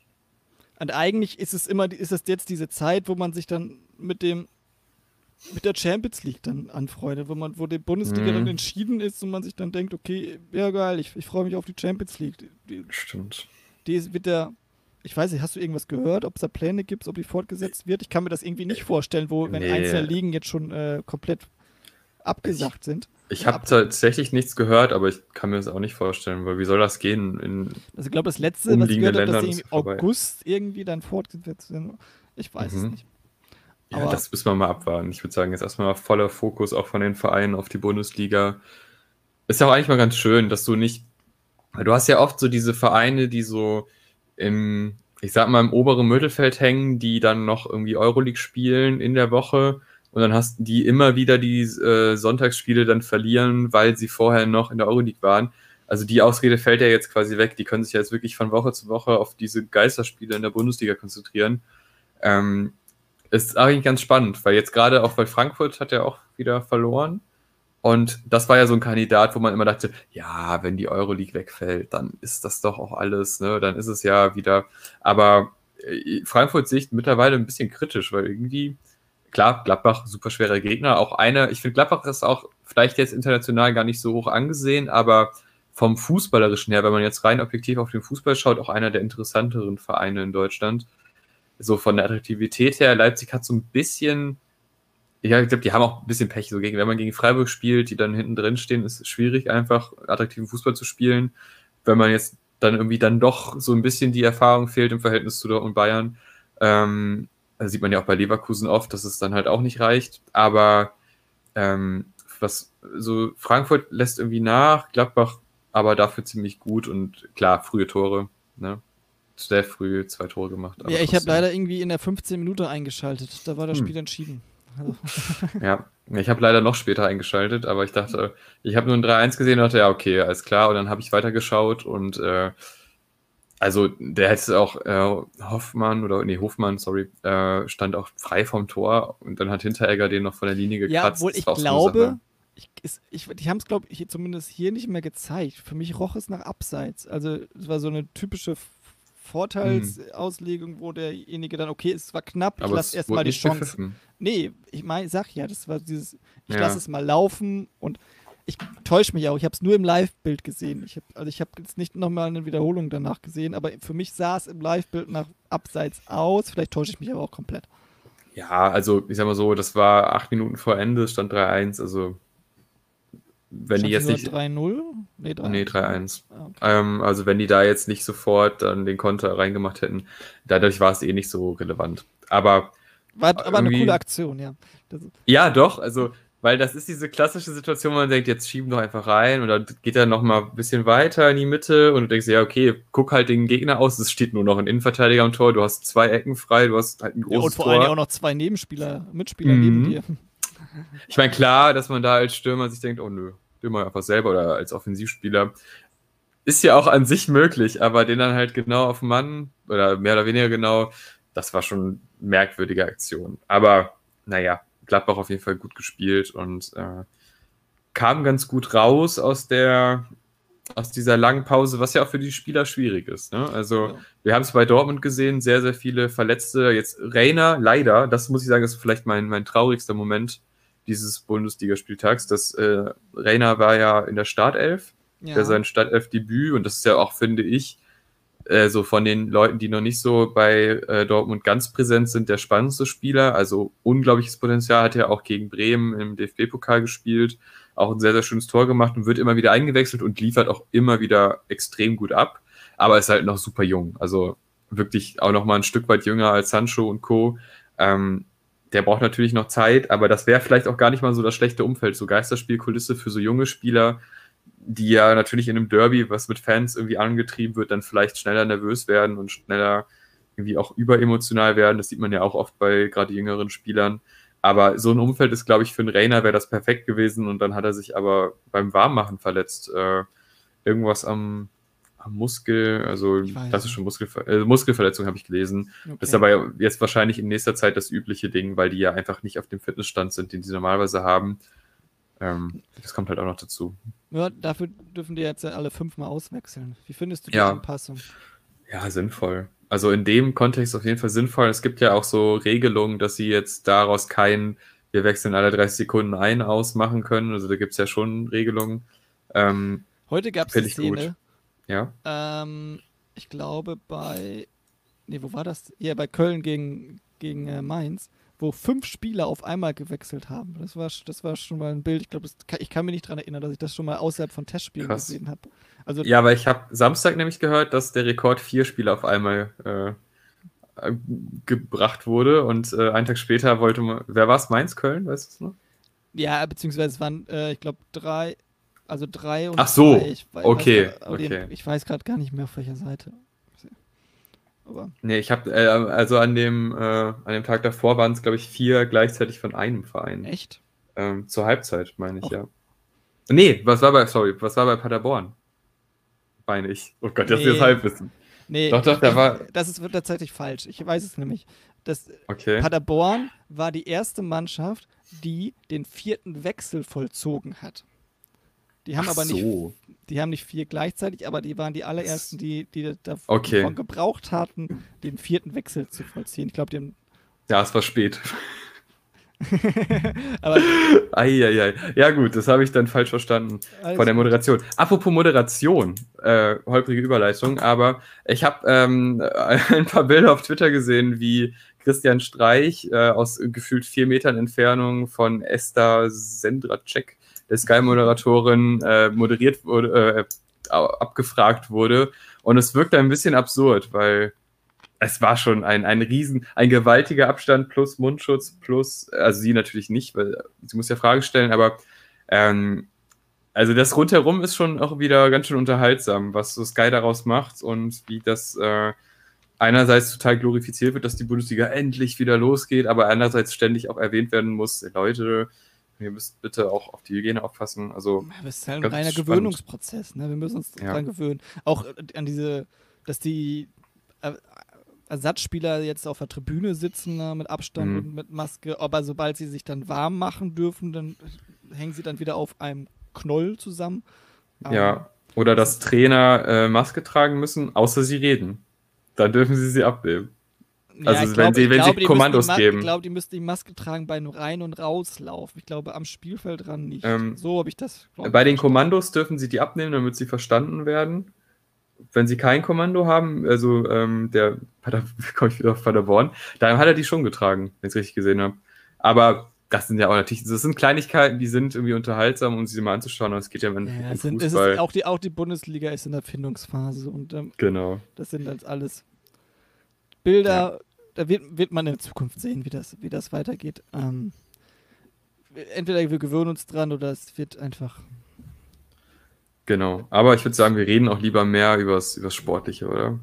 und eigentlich ist es immer, ist es jetzt diese Zeit, wo man sich dann mit dem mit der Champions League dann anfreundet, wo man, wo die Bundesliga Mhm. dann entschieden ist und man sich dann denkt, okay, ja geil, ich, ich freue mich auf die Champions League. Die, die, Stimmt. die ist, wird der, ich weiß nicht, hast du irgendwas gehört, ob es da Pläne gibt, ob die fortgesetzt wird? Ich kann mir das irgendwie nicht vorstellen, wo, wenn Nee. einzelne Ligen jetzt schon äh, komplett abgesagt sind. Ich habe tatsächlich nichts gehört, aber ich kann mir das auch nicht vorstellen, weil wie soll das gehen? In, Also ich glaube, das letzte, was ich Umliegende gehört habe, dass Ländern sie ist im vorbei. August irgendwie dann fortgesetzt sind. Ich weiß es Mhm. nicht. ja, Aber- das müssen wir mal abwarten. Ich würde sagen, jetzt erstmal voller Fokus auch von den Vereinen auf die Bundesliga. Ist ja auch eigentlich mal ganz schön, dass du nicht, weil du hast ja oft so diese Vereine, die so im, ich sag mal, im oberen Mittelfeld hängen, die dann noch irgendwie Euroleague spielen in der Woche und dann hast die immer wieder die äh, Sonntagsspiele dann verlieren, weil sie vorher noch in der Euroleague waren. Also die Ausrede fällt ja jetzt quasi weg. Die können sich jetzt wirklich von Woche zu Woche auf diese Geisterspiele in der Bundesliga konzentrieren. Ähm, ist eigentlich ganz spannend, weil jetzt gerade auch, weil Frankfurt hat ja auch wieder verloren. Und das war ja so ein Kandidat, wo man immer dachte, ja, wenn die Euroleague wegfällt, dann ist das doch auch alles, ne? Dann ist es ja wieder. Aber äh, Frankfurt sehe ich mittlerweile ein bisschen kritisch, weil irgendwie, klar, Gladbach, super schwerer Gegner. Auch einer, ich finde, Gladbach ist auch vielleicht jetzt international gar nicht so hoch angesehen, aber vom Fußballerischen her, wenn man jetzt rein objektiv auf den Fußball schaut, auch einer der interessanteren Vereine in Deutschland. So von der Attraktivität her, Leipzig hat so ein bisschen Ja, ich glaube, die haben auch ein bisschen Pech. So gegen, wenn man gegen Freiburg spielt, die dann hinten drin stehen, ist es schwierig, einfach attraktiven Fußball zu spielen. Wenn man jetzt dann irgendwie dann doch so ein bisschen die Erfahrung fehlt im Verhältnis zu Dortmund und Bayern. Ähm, das sieht man ja auch bei Leverkusen oft, dass es dann halt auch nicht reicht. Aber ähm, was so Frankfurt lässt irgendwie nach, Gladbach aber dafür ziemlich gut und klar, frühe Tore, ne? Sehr früh zwei Tore gemacht. Ja, ich habe leider irgendwie in der fünfzehnten Minute eingeschaltet. Da war das Hm. Spiel entschieden. Ja, ich habe leider noch später eingeschaltet, aber ich dachte, ich habe nur ein drei eins gesehen und dachte, ja, okay, alles klar. Und dann habe ich weitergeschaut und äh, also der hätte auch äh, Hoffmann oder nee, Hofmann, sorry, äh, stand auch frei vom Tor und dann hat Hinteregger den noch von der Linie gekratzt. Ja, obwohl ich Das war auch so eine glaube, Sache. ich, ist, ich, die haben es, glaube ich, zumindest hier nicht mehr gezeigt. Für mich roch es nach Abseits. Also es war so eine typische F- Vorteilsauslegung, wo derjenige dann, okay, es war knapp, ich Aber lasse es erstmal wurde die nicht Chance. gepfiffen. Nee, ich meine, ich sag ja, das war dieses, ich Ja. lasse es mal laufen und ich täusche mich auch, ich habe es nur im Live-Bild gesehen. Ich hab, also ich habe jetzt nicht nochmal eine Wiederholung danach gesehen, aber für mich sah es im Live-Bild nach Abseits aus. Vielleicht täusche ich mich aber auch komplett. Ja, also ich sag mal so, das war acht Minuten vor Ende, es stand drei eins, also wenn die jetzt nicht... drei null? Nee, Nee, drei eins. Ah, okay. Ähm, also wenn die da jetzt nicht sofort dann den Konter reingemacht hätten, dadurch war es eh nicht so relevant. Aber War aber eine irgendwie- coole Aktion, ja. Das, ja, doch, also weil das ist diese klassische Situation, wo man denkt, jetzt schieben doch einfach rein und dann geht er noch mal ein bisschen weiter in die Mitte und du denkst, ja, okay, guck halt den Gegner aus, es steht nur noch ein Innenverteidiger am Tor, du hast zwei Ecken frei, du hast halt ein ja, großes und vor Tor. allem auch noch zwei Nebenspieler, Mitspieler Mhm. neben dir. Ich meine, klar, dass man da als Stürmer sich denkt, oh nö, stürm mal einfach selber oder als Offensivspieler. Ist ja auch an sich möglich, aber den dann halt genau auf den Mann oder mehr oder weniger genau, das war schon eine merkwürdige Aktion. Aber naja, Gladbach auf jeden Fall gut gespielt und äh, kam ganz gut raus aus der aus dieser langen Pause, was ja auch für die Spieler schwierig ist. Ne? Also Ja. wir haben es bei Dortmund gesehen, sehr, sehr viele Verletzte. Jetzt Reina, leider, das muss ich sagen, ist vielleicht mein, mein traurigster Moment dieses Bundesligaspieltags. Das äh, Reina war ja in der Startelf, Ja. der sein Startelf-Debüt und das ist ja auch, finde ich, äh, so von den Leuten, die noch nicht so bei äh, Dortmund ganz präsent sind, der spannendste Spieler. Also unglaubliches Potenzial, hat er auch gegen Bremen im D F B-Pokal gespielt, auch ein sehr, sehr schönes Tor gemacht und wird immer wieder eingewechselt und liefert auch immer wieder extrem gut ab, aber ist halt noch super jung, also wirklich auch noch mal ein Stück weit jünger als Sancho und Co. Ähm, der braucht natürlich noch Zeit, aber das wäre vielleicht auch gar nicht mal so das schlechte Umfeld, so Geisterspielkulisse für so junge Spieler, die ja natürlich in einem Derby, was mit Fans irgendwie angetrieben wird, dann vielleicht schneller nervös werden und schneller irgendwie auch überemotional werden. Das sieht man ja auch oft bei gerade jüngeren Spielern. Aber so ein Umfeld ist, glaube ich, für einen Rainer wäre das perfekt gewesen und dann hat er sich aber beim Warmmachen verletzt. Äh, irgendwas am, am Muskel, also Ich weiß klassische Muskelver äh, Muskelverletzung habe ich gelesen. Okay. Das ist aber jetzt wahrscheinlich in nächster Zeit das übliche Ding, weil die ja einfach nicht auf dem Fitnessstand sind, den sie normalerweise haben. Ähm, das kommt halt auch noch dazu. Ja, dafür dürfen die jetzt alle fünfmal auswechseln. Wie findest du die Ja. Anpassung? Ja, sinnvoll. Also in dem Kontext auf jeden Fall sinnvoll. Es gibt ja auch so Regelungen, dass sie jetzt daraus kein, wir wechseln alle dreißig Sekunden ein, ausmachen können. Also da gibt es ja schon Regelungen. Ähm, Heute gab es eine Finde ich gut. Szene, ja. ähm, ich glaube bei, nee, wo war das? Ja, bei Köln gegen, gegen äh, Mainz, wo fünf Spieler auf einmal gewechselt haben. Das war, das war schon mal ein Bild. Ich glaube, ich kann mich nicht daran erinnern, dass ich das schon mal außerhalb von Testspielen Krass. gesehen habe. Also, Ja, aber ich habe Samstag nämlich gehört, dass der Rekord vier Spieler auf einmal äh, äh, gebracht wurde und äh, einen Tag später wollte man, wer war es? Mainz, Köln, weißt du es noch? ja, beziehungsweise es waren, äh, ich glaube, drei, also drei und Ach so, zwei. Ich, weiß- okay, weiß, aber okay. Den, ich weiß gerade gar nicht mehr, auf welcher Seite. Aber Nee, ich habe, äh, also an dem, äh, an dem Tag davor waren es, glaube ich, vier gleichzeitig von einem Verein. echt? Ähm, zur Halbzeit, meine ich, Och. ja. Nee, was war bei, sorry, was war bei Paderborn? Meine ich. Oh Gott, das ist Nee. jetzt Halbwissen. Nee, Doch, doch, da war- das ist tatsächlich falsch. Ich weiß es nämlich. Das, Okay. Paderborn war die erste Mannschaft, die den vierten Wechsel vollzogen hat. Die haben Ach aber nicht, so. die haben nicht vier gleichzeitig, aber die waren die allerersten, die, die davon Okay. gebraucht hatten, den vierten Wechsel zu vollziehen. Ich glaube, die haben, Ja, es war spät. aber Eieiei. Ja gut, das habe ich dann falsch verstanden alles von der gut. Moderation. Apropos Moderation, äh, holprige Überleitung, aber ich habe ähm, ein paar Bilder auf Twitter gesehen, wie Christian Streich äh, aus gefühlt vier Metern Entfernung von Esther Sendracek, der Sky-Moderatorin, äh, moderiert wurde, äh, abgefragt wurde. Und es wirkt ein bisschen absurd, weil es war schon ein, ein riesen, ein gewaltiger Abstand plus Mundschutz plus, also sie natürlich nicht, weil sie muss ja Fragen stellen, aber ähm, also das rundherum ist schon auch wieder ganz schön unterhaltsam, was so Sky daraus macht und wie das äh, einerseits total glorifiziert wird, dass die Bundesliga endlich wieder losgeht, aber andererseits ständig auch erwähnt werden muss, Leute, ihr müsst bitte auch auf die Hygiene aufpassen. Also, ja, das ist halt ein reiner spannend. Gewöhnungsprozess, ne? Wir müssen uns ja. daran gewöhnen. Auch an diese, dass die Ersatzspieler jetzt auf der Tribüne sitzen, ne, mit Abstand mhm. und mit Maske, aber sobald sie sich dann warm machen dürfen, dann hängen sie dann wieder auf einem Knoll zusammen. Ja, oder dass Trainer äh, Maske tragen müssen, außer sie reden. Dann dürfen sie sie abnehmen. Ja, also glaube, wenn sie, wenn glaube, sie Kommandos geben. Ich glaube, die müssten die Maske tragen bei Rein- und Rauslaufen. Ich glaube, am Spielfeldrand nicht. Ähm, so habe ich das. Bei ich, den verstanden. Kommandos dürfen sie die abnehmen, damit sie verstanden werden. Wenn sie kein Kommando haben, also ähm, der, da komme ich wieder auf Paderborn, da hat er die schon getragen, wenn ich es richtig gesehen habe. Aber das sind ja auch natürlich, das sind Kleinigkeiten, die sind irgendwie unterhaltsam, um sie mal anzuschauen, und es geht ja im ja, um sind, Fußball. Es ist auch, die, auch die Bundesliga ist in der Findungsphase und ähm, genau. Das sind jetzt alles Bilder, ja. Da wird, wird man in Zukunft sehen, wie das, wie das weitergeht. Ähm, entweder wir gewöhnen uns dran oder es wird einfach... Genau, aber ich würde sagen, wir reden auch lieber mehr übers, übers Sportliche, oder?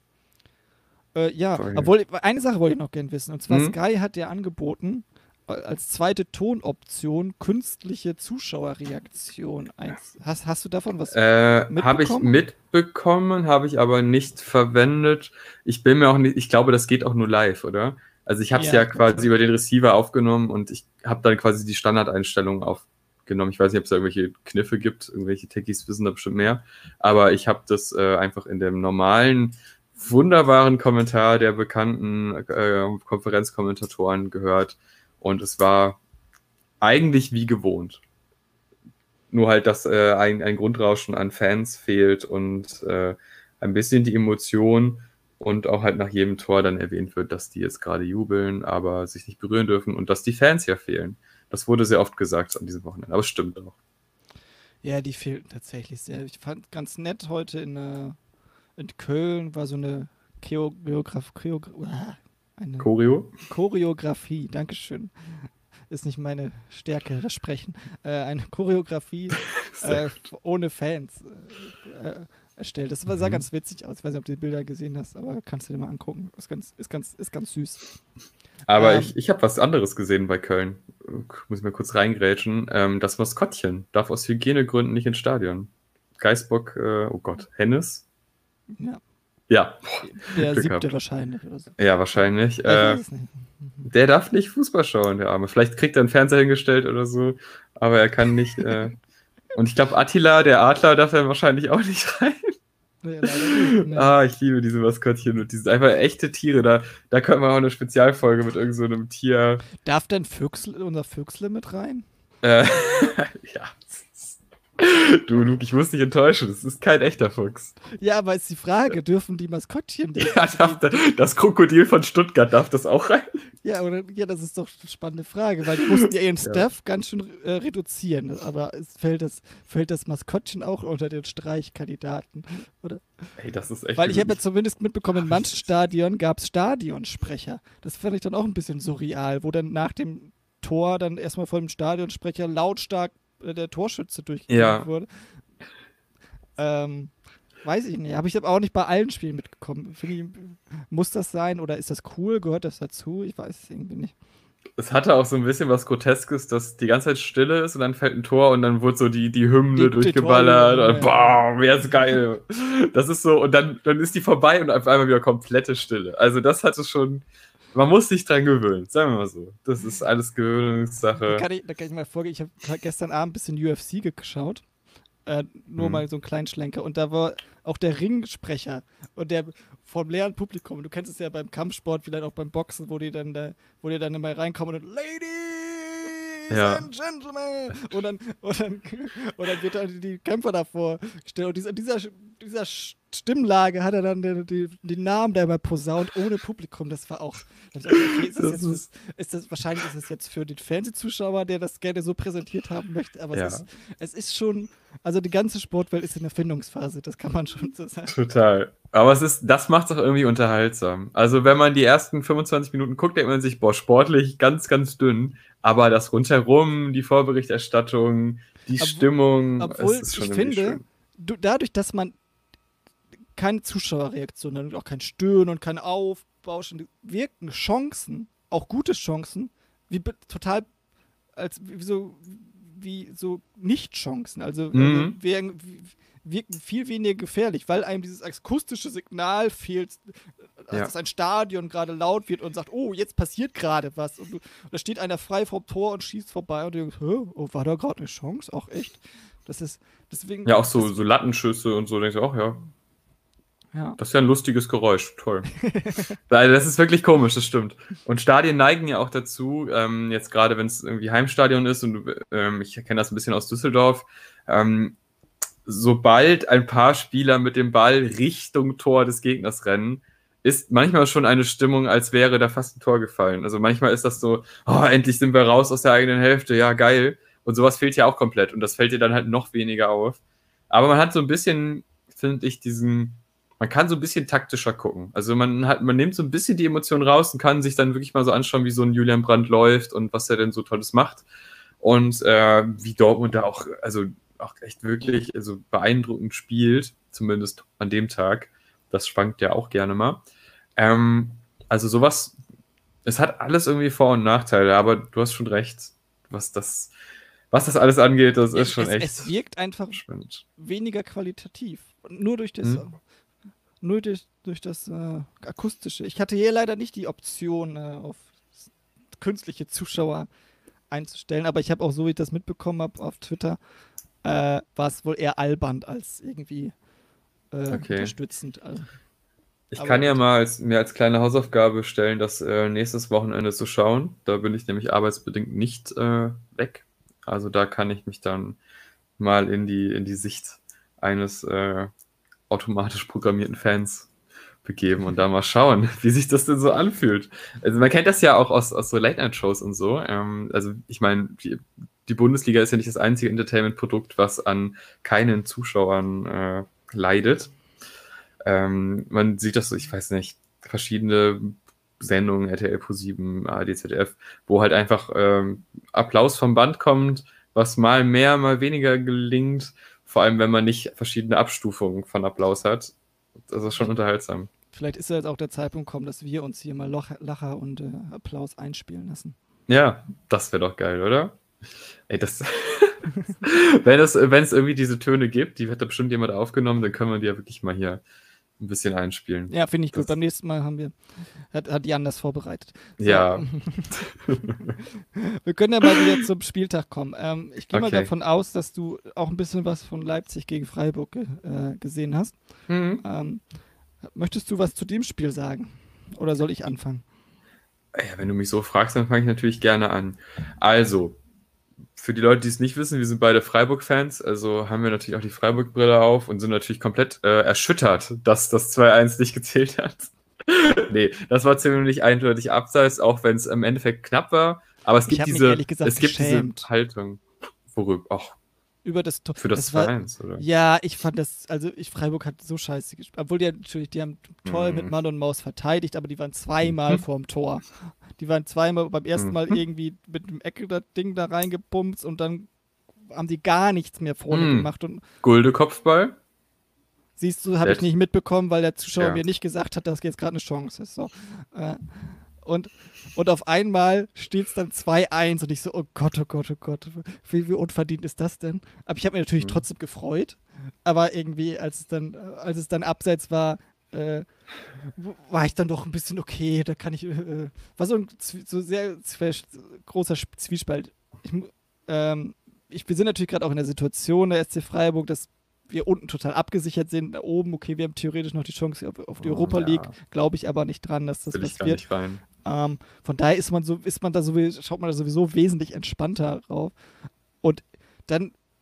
Äh, ja, Sorry. Obwohl, eine Sache wollte ich noch gerne wissen, und zwar hm? Sky hat ja angeboten, als zweite Tonoption künstliche Zuschauerreaktion. Hast, hast du davon was äh, mitbekommen? Habe ich mitbekommen, habe ich aber nicht verwendet. Ich bin mir auch nicht, ich glaube, das geht auch nur live, oder? Also ich habe es ja, ja quasi über den Receiver aufgenommen und ich habe dann quasi die Standardeinstellungen aufgenommen. Ich weiß nicht, ob es da irgendwelche Kniffe gibt, irgendwelche Techies wissen da bestimmt mehr, aber ich habe das äh, einfach in dem normalen, wunderbaren Kommentar der bekannten äh, Konferenzkommentatoren gehört. Und es war eigentlich wie gewohnt. Nur halt, dass äh, ein, ein Grundrauschen an Fans fehlt und äh, ein bisschen die Emotion und auch halt nach jedem Tor dann erwähnt wird, dass die jetzt gerade jubeln, aber sich nicht berühren dürfen und dass die Fans ja fehlen. Das wurde sehr oft gesagt an diesem Wochenende, aber es stimmt auch. Ja, die fehlten tatsächlich sehr. Ich fand ganz nett heute in, äh, in Köln war so eine Choreografie. Choreo- Eine Choreo? Choreografie, Dankeschön. Ist nicht meine Stärke, das Sprechen. Äh, eine Choreografie äh, ohne Fans äh, erstellt. Das sah mhm. ganz witzig aus. Ich weiß nicht, ob du die Bilder gesehen hast, aber kannst du dir mal angucken. Ist ganz, ist ganz, ist ganz süß. Aber ähm, ich, ich habe was anderes gesehen bei Köln. Muss ich mal kurz reingrätschen. Ähm, das Maskottchen darf aus Hygienegründen nicht ins Stadion. Geißbock, äh, oh Gott, Hennes? Ja. Ja. Der Glück siebte gehabt. Wahrscheinlich. Oder so. Ja, wahrscheinlich. Äh, der darf nicht Fußball schauen, der Arme. Vielleicht kriegt er einen Fernseher hingestellt oder so, aber er kann nicht. Äh, und ich glaube, Attila, der Adler, darf er wahrscheinlich auch nicht rein. Ja, nicht, ne. Ah, ich liebe diese Maskottchen und die sind einfach echte Tiere. Da, da können wir auch eine Spezialfolge mit irgend so einem Tier. Darf denn Füchsle, unser Füchsle mit rein? Äh, ja. Du, Luke, ich muss dich enttäuschen, das ist kein echter Fuchs. Ja, aber ist die Frage, dürfen die Maskottchen... Die ja, darf der, das Krokodil von Stuttgart, darf das auch rein? Ja, oder, ja, das ist doch eine spannende Frage, weil die mussten ja ihren ja. Staff ganz schön äh, reduzieren, aber es fällt, das, fällt das Maskottchen auch unter den Streichkandidaten, oder? Ey, das ist echt... Weil ich habe ja zumindest mitbekommen, in manchen Stadien gab es Stadionsprecher. Das fand ich dann auch ein bisschen surreal, wo dann nach dem Tor dann erstmal vor dem Stadionsprecher lautstark der Torschütze durchgeführt ja. wurde. Ähm, weiß ich nicht. Habe ich aber auch nicht bei allen Spielen mitgekommen. Ich, muss das sein oder ist das cool? Gehört das dazu? Ich weiß es irgendwie nicht. Es hatte auch so ein bisschen was Groteskes, dass die ganze Zeit Stille ist und dann fällt ein Tor und dann wurde so die, die Hymne die, durchgeballert die und boah, wer ist geil. Das ist so, und dann, dann ist die vorbei und auf einmal wieder komplette Stille. Also das hatte schon... Man muss sich dran gewöhnen, sagen wir mal so. Das ist alles Gewöhnungssache. Da kann ich, da kann ich mal vorgehen. Ich habe gestern Abend ein bisschen U F C geschaut. Äh, nur hm. mal so einen kleinen Schlenker. Und da war auch der Ringsprecher und der vom leeren Publikum. Du kennst es ja beim Kampfsport, vielleicht auch beim Boxen, wo die dann da, wo die dann immer reinkommen und Ladies ja. and Gentlemen. Und dann, und dann, und dann wird dann die Kämpfer davor gestellt. Und dieser, dieser dieser Stimmlage hat er dann den, den, den Namen da immer posaunt, ohne Publikum. Das war auch. Okay, ist das jetzt, ist, ist das, wahrscheinlich ist es jetzt für den Fernsehzuschauer, der das gerne so präsentiert haben möchte, aber ja. es, ist, es ist schon, also die ganze Sportwelt ist in der Findungsphase, das kann man schon so sagen. Total. Aber es ist, das macht es auch irgendwie unterhaltsam. Also wenn man die ersten fünfundzwanzig Minuten guckt, denkt man sich, boah, sportlich ganz, ganz dünn, aber das rundherum, die Vorberichterstattung, die Ob, Stimmung, obwohl es ist schon ich irgendwie finde, schön. Du, dadurch, dass man keine Zuschauerreaktion und auch kein Stöhnen und kein Aufbauschen, wirken Chancen, auch gute Chancen, wie total, als wie so, wie so Nicht-Chancen. Also, Mhm. also wirken, wirken viel weniger gefährlich, weil einem dieses akustische Signal fehlt, Ja. dass ein Stadion gerade laut wird und sagt, oh, jetzt passiert gerade was. Und, du, und da steht einer frei vor dem Tor und schießt vorbei und du denkst, hä, oh, war da gerade eine Chance? Auch echt? Das ist, deswegen. Ja, auch so, das, so Lattenschüsse und so, denkst du auch, ja. Ja. Das ist ja ein lustiges Geräusch, toll. Also das ist wirklich komisch, das stimmt. Und Stadien neigen ja auch dazu, ähm, jetzt gerade wenn es irgendwie Heimstadion ist und ähm, ich kenne das ein bisschen aus Düsseldorf, ähm, sobald ein paar Spieler mit dem Ball Richtung Tor des Gegners rennen, ist manchmal schon eine Stimmung, als wäre da fast ein Tor gefallen. Also manchmal ist das so, oh, endlich sind wir raus aus der eigenen Hälfte, ja geil. Und sowas fehlt ja auch komplett und das fällt dir dann halt noch weniger auf. Aber man hat so ein bisschen, finde ich, diesen... Man kann so ein bisschen taktischer gucken. Also man hat, man nimmt so ein bisschen die Emotionen raus und kann sich dann wirklich mal so anschauen, wie so ein Julian Brandt läuft und was er denn so Tolles macht. Und äh, wie Dortmund da auch, also auch echt wirklich also beeindruckend spielt, zumindest an dem Tag. Das schwankt ja auch gerne mal. Ähm, also sowas, es hat alles irgendwie Vor- und Nachteile, aber du hast schon recht, was das, was das alles angeht, das ist es, schon es, echt. Es wirkt einfach spannend. Weniger qualitativ. Nur durch das. Hm. Nur durch, durch das äh, Akustische. Ich hatte hier leider nicht die Option, äh, auf künstliche Zuschauer einzustellen, aber ich habe auch, so wie ich das mitbekommen habe auf Twitter, äh, war es wohl eher albern als irgendwie äh, okay. unterstützend. Also, ich kann ja mal als, mir als kleine Hausaufgabe stellen, das äh, nächstes Wochenende zu schauen. Da bin ich nämlich arbeitsbedingt nicht äh, weg. Also da kann ich mich dann mal in die, in die Sicht eines äh, automatisch programmierten Fans begeben und da mal schauen, wie sich das denn so anfühlt. Also man kennt das ja auch aus, aus so Late-Night-Shows und so. Ähm, also ich meine, die, die Bundesliga ist ja nicht das einzige Entertainment-Produkt, was an keinen Zuschauern äh, leidet. Ähm, man sieht das so, ich weiß nicht, verschiedene Sendungen, R T L Pro sieben, A R D, Z D F, wo halt einfach ähm, Applaus vom Band kommt, was mal mehr, mal weniger gelingt. Vor allem, wenn man nicht verschiedene Abstufungen von Applaus hat. Das ist schon unterhaltsam. Vielleicht ist ja jetzt auch der Zeitpunkt gekommen, dass wir uns hier mal Loch, Lacher und äh, Applaus einspielen lassen. Ja, das wäre doch geil, oder? Ey, das... wenn es wenn es irgendwie diese Töne gibt, die hat da bestimmt jemand aufgenommen, dann können wir die ja wirklich mal hier ein bisschen einspielen. Ja, finde ich das gut. Beim nächsten Mal haben wir, hat, hat Jan das vorbereitet. So. Ja. Wir können ja mal wieder zum Spieltag kommen. Ähm, ich gehe Okay. mal davon aus, dass du auch ein bisschen was von Leipzig gegen Freiburg äh, gesehen hast. Mhm. Ähm, möchtest du was zu dem Spiel sagen? Oder soll ich anfangen? Ja, wenn du mich so fragst, dann fange ich natürlich gerne an. Also, für die Leute, die es nicht wissen, wir sind beide Freiburg-Fans, also haben wir natürlich auch die Freiburg-Brille auf und sind natürlich komplett äh, erschüttert, dass das zwei eins nicht gezählt hat. Nee, das war ziemlich eindeutig abseits, auch wenn es im Endeffekt knapp war. Aber es Ich gibt hab mich diese, ehrlich gesagt es gibt diese geschämt. Haltung. Worüber? Ach, Über das Tor. für das, war- zwei eins, oder? Ja, ich fand das, also ich, Freiburg hat so scheiße gespielt. Obwohl die ja natürlich, die haben toll Mhm. mit Mann und Maus verteidigt, aber die waren zweimal Mhm. vorm Tor. Die waren zweimal, beim ersten Mal Mhm. irgendwie mit dem Ecke das Ding da reingepumpt und dann haben die gar nichts mehr vorne Mhm. gemacht. Und Gulde Kopfball? siehst du, habe ich Letzt- nicht mitbekommen, weil der Zuschauer Ja. mir nicht gesagt hat, dass jetzt gerade eine Chance ist. So. Äh, und, und auf einmal steht es dann zwei eins und ich so, oh Gott, oh Gott, oh Gott, wie, wie unverdient ist das denn? Aber ich habe mich natürlich Mhm. trotzdem gefreut, aber irgendwie, als es dann, als es dann abseits war, äh, war ich dann doch ein bisschen okay, da kann ich, äh, war so ein Zwie- so sehr zwie- großer Sp- Zwiespalt. Ich, mu- ähm, ich, wir sind natürlich gerade auch in der Situation, der S C Freiburg, dass wir unten total abgesichert sind, da oben, okay, wir haben theoretisch noch die Chance auf, auf die Oh, Europa ja. League, glaube ich aber nicht dran, dass das Will ich gar passiert. nicht rein. Ähm, von daher ist man so, ist man da sowieso, schaut man da sowieso wesentlich entspannter drauf. Und dann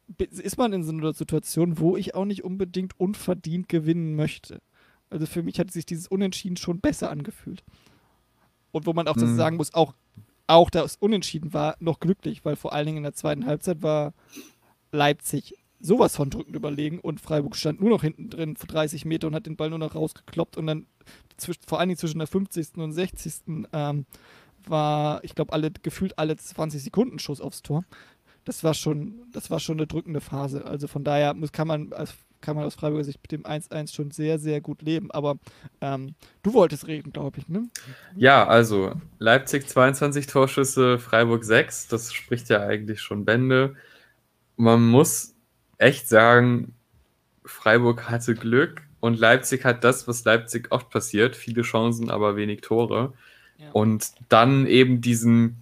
ist man in so einer Situation, wo ich auch nicht unbedingt unverdient gewinnen möchte. Also für mich hat sich dieses Unentschieden schon besser angefühlt. Und wo man auch das Mhm. sagen muss, auch, auch da es unentschieden war, noch glücklich, weil vor allen Dingen in der zweiten Halbzeit war Leipzig sowas von drückend überlegen und Freiburg stand nur noch hinten drin für dreißig Meter und hat den Ball nur noch rausgekloppt und dann zwisch, vor allen Dingen zwischen der fünfzigsten und sechzigsten Ähm, war, ich glaube, alle gefühlt alle zwanzig Sekunden Schuss aufs Tor. Das war schon, das war schon eine drückende Phase. Also von daher muss, kann man als kann man aus Freiburger Sicht mit dem eins eins schon sehr, sehr gut leben. Aber ähm, du wolltest reden, glaube ich, ne? Ja, also Leipzig zweiundzwanzig Torschüsse, Freiburg sechs. Das spricht ja eigentlich schon Bände. Man muss echt sagen, Freiburg hatte Glück und Leipzig hat das, was Leipzig oft passiert. Viele Chancen, aber wenig Tore. Ja. Und dann eben diesen,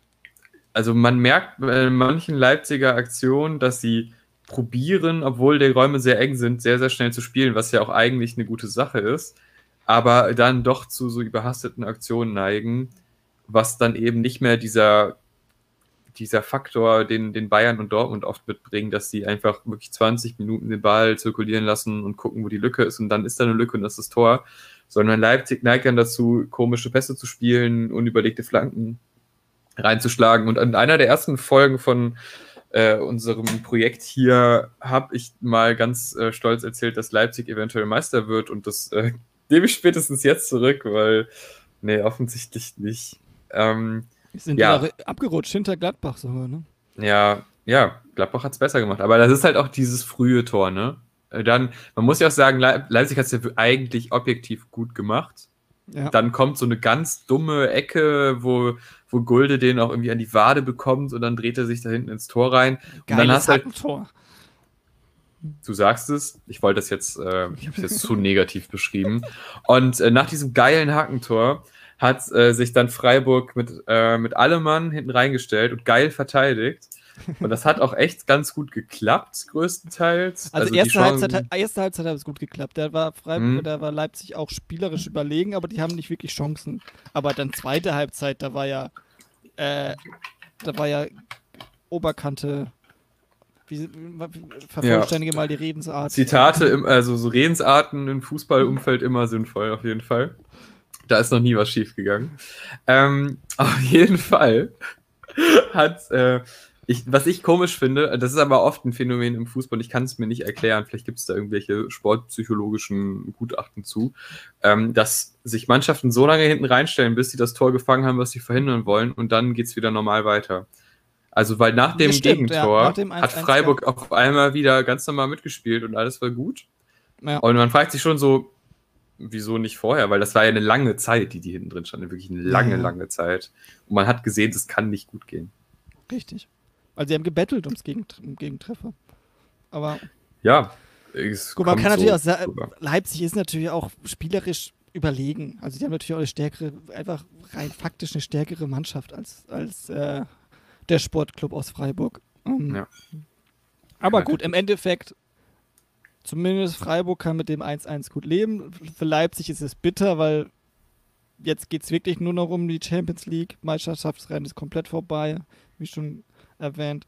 also man merkt bei manchen Leipziger Aktionen, dass sie probieren, obwohl die Räume sehr eng sind, sehr, sehr schnell zu spielen, was ja auch eigentlich eine gute Sache ist, aber dann doch zu so überhasteten Aktionen neigen, was dann eben nicht mehr dieser, dieser Faktor, den, den Bayern und Dortmund oft mitbringen, dass sie einfach wirklich zwanzig Minuten den Ball zirkulieren lassen und gucken, wo die Lücke ist und dann ist da eine Lücke und das ist das Tor, sondern Leipzig neigt dann dazu, komische Pässe zu spielen, unüberlegte Flanken reinzuschlagen. Und in einer der ersten Folgen von äh, unserem Projekt hier habe ich mal ganz äh, stolz erzählt, dass Leipzig eventuell Meister wird und das äh, nehme ich spätestens jetzt zurück, weil, nee, offensichtlich nicht. Ähm, Wir sind ja. ja abgerutscht hinter Gladbach sogar, ne? Ja, ja, Gladbach hat es besser gemacht. Aber das ist halt auch dieses frühe Tor, ne? Dann, man muss ja auch sagen, Le Leipzig hat es ja eigentlich objektiv gut gemacht. Ja. Dann kommt so eine ganz dumme Ecke, wo, wo Gulde den auch irgendwie an die Wade bekommt und dann dreht er sich da hinten ins Tor rein. Und Geiles dann hast halt, Tor. Du sagst es, ich wollte das jetzt, äh, ich habe es jetzt zu negativ beschrieben. Und äh, nach diesem geilen Hackentor hat äh, sich dann Freiburg mit, äh, mit allem Mann hinten reingestellt und geil verteidigt. Und das hat auch echt ganz gut geklappt, größtenteils. Also, also erste, Halbzeit, erste Halbzeit hat es gut geklappt. Da war Freiburg, hm. da war Leipzig auch spielerisch überlegen, aber die haben nicht wirklich Chancen. Aber dann zweite Halbzeit, da war ja, äh, da war ja Oberkante. Wie, vervollständige ja. mal die Redensart. Zitate, im, also so Redensarten im Fußballumfeld immer sinnvoll, auf jeden Fall. Da ist noch nie was schief gegangen. Ähm, auf jeden Fall hat, äh, ich, was ich komisch finde, das ist aber oft ein Phänomen im Fußball, ich kann es mir nicht erklären, vielleicht gibt es da irgendwelche sportpsychologischen Gutachten zu, ähm, dass sich Mannschaften so lange hinten reinstellen, bis sie das Tor gefangen haben, was sie verhindern wollen, und dann geht es wieder normal weiter. Also, weil nach dem stimmt, Gegentor ja, nach dem eins eins, hat Freiburg ja. auf einmal wieder ganz normal mitgespielt und alles war gut. Ja. Und man fragt sich schon so, wieso nicht vorher? Weil das war ja eine lange Zeit, die die hinten drin standen. Wirklich eine lange, ja. lange Zeit. Und man hat gesehen, das kann nicht gut gehen. Richtig. Also, sie haben gebettelt ums Gegent- um Gegentreffer. Aber. Ja. Guck, man kann so natürlich auch sagen, Leipzig ist natürlich auch spielerisch überlegen. Also, die haben natürlich auch eine stärkere, einfach rein faktisch eine stärkere Mannschaft als, als äh, der Sportclub aus Freiburg. Um, ja. Aber ja, gut, im Endeffekt, zumindest Freiburg kann mit dem eins eins gut leben. Für Leipzig ist es bitter, weil jetzt geht es wirklich nur noch um die Champions League. Meisterschaftsrennen ist komplett vorbei, wie schon erwähnt.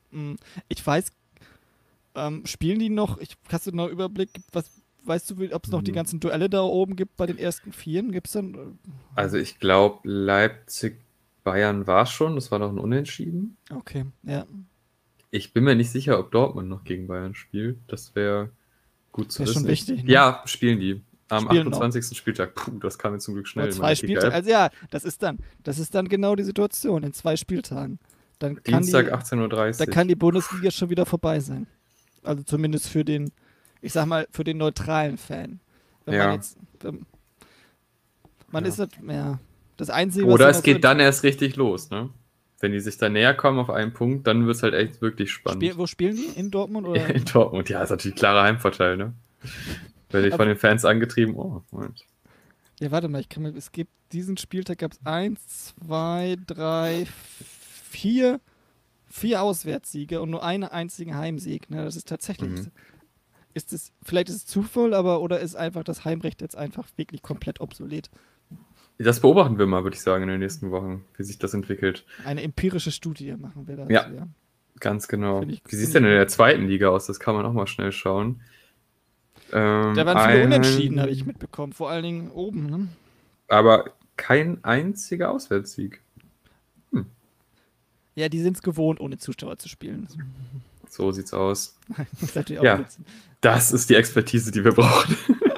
Ich weiß, ähm, spielen die noch, ich, hast du noch einen Überblick, was, weißt du, ob es noch hm. die ganzen Duelle da oben gibt bei den ersten Vieren? Gibt's dann? Also ich glaube, Leipzig Bayern war schon, das war noch ein Unentschieden. Okay, ja. Ich bin mir nicht sicher, ob Dortmund noch gegen Bayern spielt. Das wäre gut zu wär wissen. Schon wichtig, ne? Ja, spielen die. Am spielen achtundzwanzigsten Noch. Spieltag. Puh, das kam jetzt zum Glück schnell. Zwei Spieltage. Also ja, das ist dann, das ist dann genau die Situation in zwei Spieltagen. Dann kann Dienstag die, achtzehn Uhr dreißig. Da kann die Bundesliga schon wieder vorbei sein. Also zumindest für den, ich sag mal, für den neutralen Fan. Wenn ja. man jetzt, wenn, man ja. ist nicht mehr. Das Einzige, Oder es geht dann erst richtig los, ne? Wenn die sich da näher kommen auf einen Punkt, dann wird es halt echt wirklich spannend. Spiel, wo spielen die? In Dortmund? Oder? In Dortmund, ja, ist natürlich klarer Heimvorteil, ne? Werde ich von den Fans angetrieben. Oh, Moment. Ja, warte mal, ich kann mir, es gibt, diesen Spieltag gab es eins, zwei, drei, vier, vier Auswärtssiege und nur einen einzigen Heimsieg. Ne? Das ist tatsächlich, mhm. ist es, vielleicht ist es Zufall, aber oder ist einfach das Heimrecht jetzt einfach wirklich komplett obsolet? Das beobachten wir mal, würde ich sagen, in den nächsten Wochen, wie sich das entwickelt. Eine empirische Studie machen wir da. Ja, ja. Ganz genau. Ich, Wie sieht es denn in der zweiten Liga aus? Das kann man auch mal schnell schauen. Ähm, da waren viele ein, Unentschieden, habe ich mitbekommen. Vor allen Dingen oben. Ne? Aber kein einziger Auswärtssieg. Hm. Ja, die sind es gewohnt, ohne Zuschauer zu spielen. So sieht's aus. Das ist auch ja, das ist die Expertise, die wir brauchen.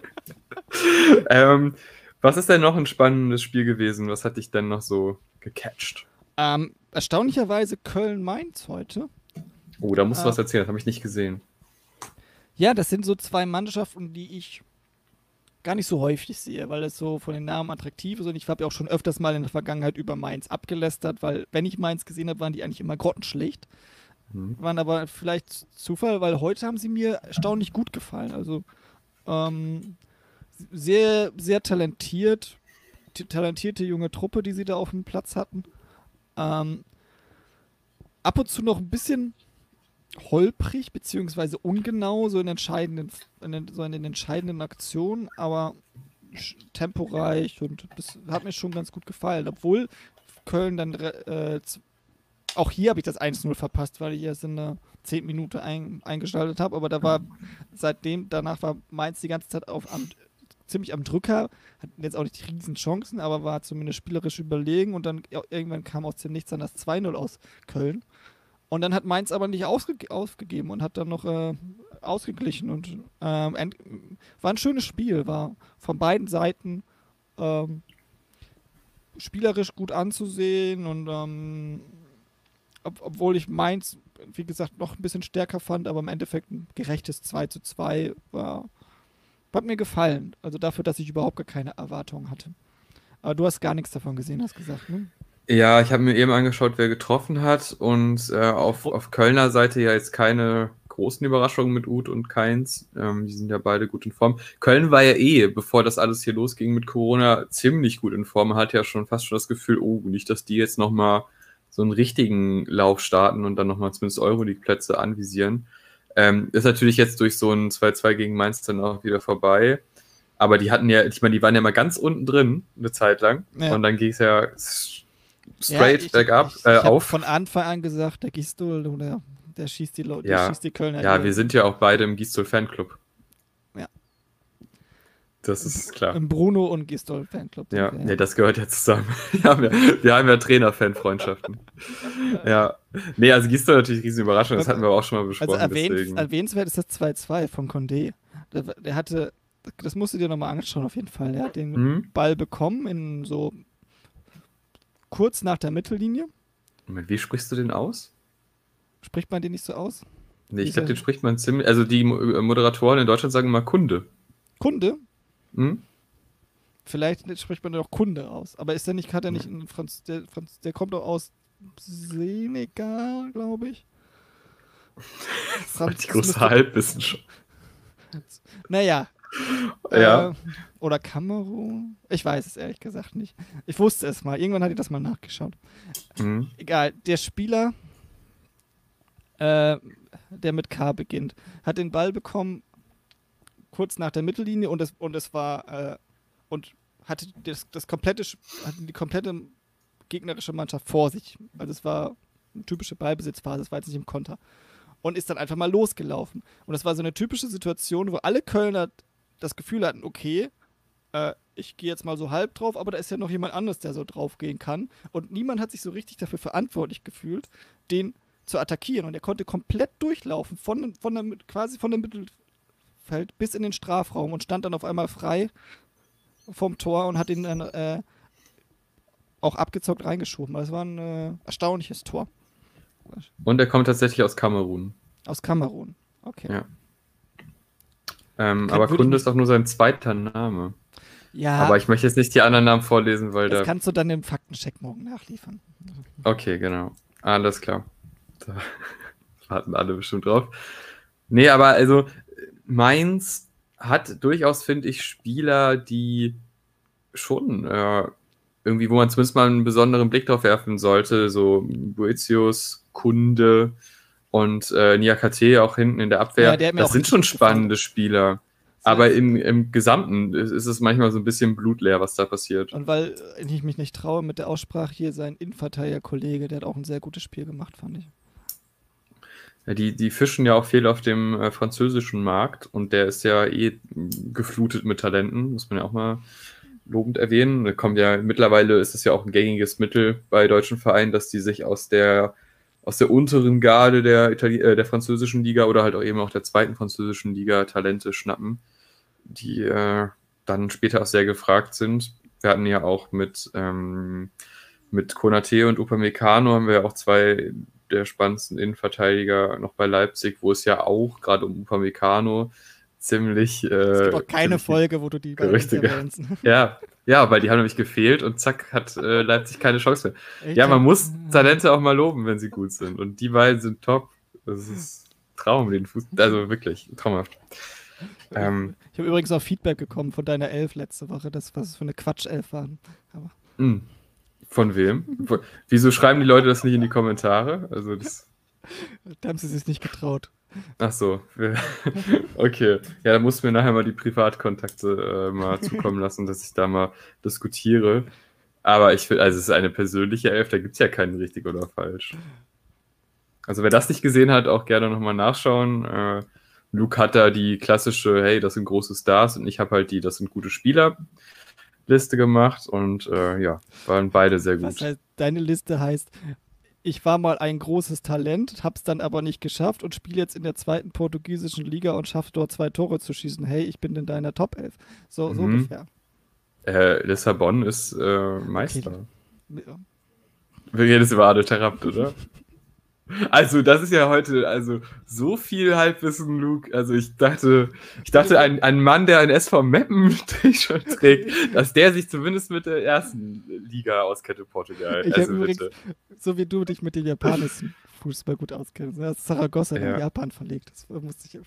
ähm, was ist denn noch ein spannendes Spiel gewesen? Was hat dich denn noch so gecatcht? Ähm, erstaunlicherweise Köln-Mainz heute. Oh, da musst du äh, was erzählen, das habe ich nicht gesehen. Ja, das sind so zwei Mannschaften, die ich gar nicht so häufig sehe, weil es so von den Namen attraktiv ist. Und ich habe ja auch schon öfters mal in der Vergangenheit über Mainz abgelästert, weil wenn ich Mainz gesehen habe, waren die eigentlich immer grottenschlecht. Mhm. Waren aber vielleicht Zufall, weil heute haben sie mir erstaunlich gut gefallen. Also ähm, sehr, sehr talentiert, talentierte junge Truppe, die sie da auf dem Platz hatten. Ähm, ab und zu noch ein bisschen holprig, beziehungsweise ungenau, so in entscheidenden, in den, so in den entscheidenden Aktionen, aber temporeich und das hat mir schon ganz gut gefallen. Obwohl Köln dann äh, auch hier habe ich das eins null verpasst, weil ich erst in der zehnten Minute ein, eingeschaltet habe, aber da war seitdem, danach war Mainz die ganze Zeit auf am, ziemlich am Drücker, hatten jetzt auch nicht die riesen Chancen, aber war zumindest spielerisch überlegen und dann ja, irgendwann kam aus dem Nichts dann das zwei null aus Köln. Und dann hat Mainz aber nicht ausge- aufgegeben und hat dann noch äh, ausgeglichen und ähm, end- war ein schönes Spiel, war von beiden Seiten ähm, spielerisch gut anzusehen und ähm, ob- obwohl ich Mainz, wie gesagt, noch ein bisschen stärker fand, aber im Endeffekt ein gerechtes zwei zu zwei war, hat mir gefallen. Also dafür, dass ich überhaupt gar keine Erwartungen hatte. Aber du hast gar nichts davon gesehen, hast gesagt, ne? Ja, ich habe mir eben angeschaut, wer getroffen hat und äh, auf, auf Kölner Seite ja jetzt keine großen Überraschungen mit Uth und Kainz. Ähm, die sind ja beide gut in Form. Köln war ja eh, bevor das alles hier losging mit Corona, ziemlich gut in Form. Man hat ja schon fast schon das Gefühl, oh, nicht, dass die jetzt nochmal so einen richtigen Lauf starten und dann nochmal zumindest Euroleague-Plätze anvisieren. Ähm, ist natürlich jetzt durch so ein zwei zwei gegen Mainz dann auch wieder vorbei. Aber die hatten ja, ich meine, die waren ja mal ganz unten drin, eine Zeit lang. Ja. Und dann ging es ja straight ja, ich, bergab ich, ich äh, auf. Von Anfang an gesagt, der Gistol, oder der schießt die, der ja. schießt die Kölner. Ja, wir sind ja auch beide im Gistol Fanclub. Ja. Das ist klar. Im Bruno und Gistol Fanclub. Ja, wir, ja. Nee, das gehört ja zusammen. wir haben ja, wir haben ja Trainer-Fan-Freundschaften. ja. Nee, also Gistol natürlich riesen Überraschung, das hatten wir auch schon mal besprochen. Also erwähnt, erwähnenswert ist das zwei zwei von Condé. Der, der hatte, das musst du dir nochmal anschauen auf jeden Fall. Er hat den mhm. Ball bekommen in so kurz nach der Mittellinie. Moment, wie sprichst du den aus? Spricht man den nicht so aus? Nee, ich glaube, den spricht man ziemlich. Also die Moderatoren in Deutschland sagen immer Kunde. Kunde? Hm? Vielleicht spricht man doch Kunde aus. Aber ist der nicht, hat er nicht einen Franz, der, Franz, der kommt doch aus Senegal, glaube ich. Das war die große Halbwissen schon. Naja. Ja. Äh, oder Kamerun? Ich weiß es ehrlich gesagt nicht. Ich wusste es mal. Irgendwann hatte ich das mal nachgeschaut. Mhm. Egal. Der Spieler, äh, der mit K beginnt, hat den Ball bekommen kurz nach der Mittellinie und es, und es war äh, und hatte das, das komplette hatte die komplette gegnerische Mannschaft vor sich. Also es war eine typische Ballbesitzphase, es war jetzt nicht im Konter. Und ist dann einfach mal losgelaufen. Und das war so eine typische Situation, wo alle Kölner das Gefühl hatten, okay, äh, ich gehe jetzt mal so halb drauf, aber da ist ja noch jemand anderes, der so drauf gehen kann. Und niemand hat sich so richtig dafür verantwortlich gefühlt, den zu attackieren. Und er konnte komplett durchlaufen, von, von der, quasi von dem Mittelfeld bis in den Strafraum und stand dann auf einmal frei vom Tor und hat ihn dann äh, auch abgezockt reingeschoben. Das war ein äh, erstaunliches Tor. Und er kommt tatsächlich aus Kamerun. Aus Kamerun, okay. Ja. Ähm, aber Kunde ist auch nur sein zweiter Name. Ja. Aber ich möchte jetzt nicht die anderen Namen vorlesen, weil das da... kannst du dann im Faktencheck morgen nachliefern. Okay, genau. Alles klar. Da warten alle bestimmt drauf. Nee, aber also Mainz hat durchaus, finde ich, Spieler, die schon äh, irgendwie, wo man zumindest mal einen besonderen Blick drauf werfen sollte, so Boetius, Kunde und äh, Niakate auch hinten in der Abwehr. Ja, das sind schon spannende gefallen. Spieler. Aber im, im Gesamten ist es manchmal so ein bisschen blutleer, was da passiert. Und weil ich mich nicht traue mit der Aussprache hier, sein Innenverteidiger-Kollege, der hat auch ein sehr gutes Spiel gemacht, fand ich. Ja, die, die fischen ja auch viel auf dem äh, französischen Markt und der ist ja eh geflutet mit Talenten, muss man ja auch mal lobend erwähnen. Da kommt ja, mittlerweile ist es ja auch ein gängiges Mittel bei deutschen Vereinen, dass die sich aus der, aus der unteren Garde der, Itali äh, der französischen Liga oder halt auch eben auch der zweiten französischen Liga Talente schnappen, die äh, dann später auch sehr gefragt sind. Wir hatten ja auch mit, ähm, mit Konaté und Upamecano haben wir ja auch zwei der spannendsten Innenverteidiger noch bei Leipzig, wo es ja auch gerade um Upamecano ziemlich. Äh, es gibt auch keine Folge, wo du die beiden nicht erwähnst. Ja, ja, weil die haben nämlich gefehlt und zack, hat äh, Leipzig keine Chance mehr. Ich ja, man hab, muss Talente auch mal loben, wenn sie gut sind. Und die beiden sind top. Das ist Traum, den Fußball. Also wirklich, traumhaft. Ähm, ich habe übrigens auch Feedback bekommen von deiner Elf letzte Woche, das, was es für eine Quatsch-Elf waren. Aber mh. Von wem? Von, wieso schreiben die Leute das nicht in die Kommentare? Also das. Da haben sie sich nicht getraut. Ach so. Okay. Ja, da musst du mir nachher mal die Privatkontakte äh, mal zukommen lassen, dass ich da mal diskutiere. Aber ich finde, also es ist eine persönliche Elf, da gibt es ja keinen richtig oder falsch. Also wer das nicht gesehen hat, auch gerne nochmal nachschauen. Äh, Luke hat da die klassische, hey, das sind große Stars und ich habe halt die, das sind gute Spieler. Liste gemacht und äh, ja, waren beide sehr gut. Was heißt, deine Liste heißt, ich war mal ein großes Talent, hab's dann aber nicht geschafft und spiele jetzt in der zweiten portugiesischen Liga und schaffe dort zwei Tore zu schießen. Hey, ich bin in deiner Top elf. So, mhm. so ungefähr. Äh, Lissabon ist äh, Meister. Okay. Ja. Wir reden jetzt über Adel Tarabt, oder? Also, das ist ja heute, also, so viel Halbwissen, Luke. Also, ich dachte, ich dachte, ein, ein Mann, der ein S V Meppen schon trägt, dass der sich zumindest mit der ersten Liga auskette, Portugal. Ich also, übrigens, so wie du dich mit dem japanischen Fußball gut auskennst, du hast Saragossa ja. in Japan verlegt. Das musste ich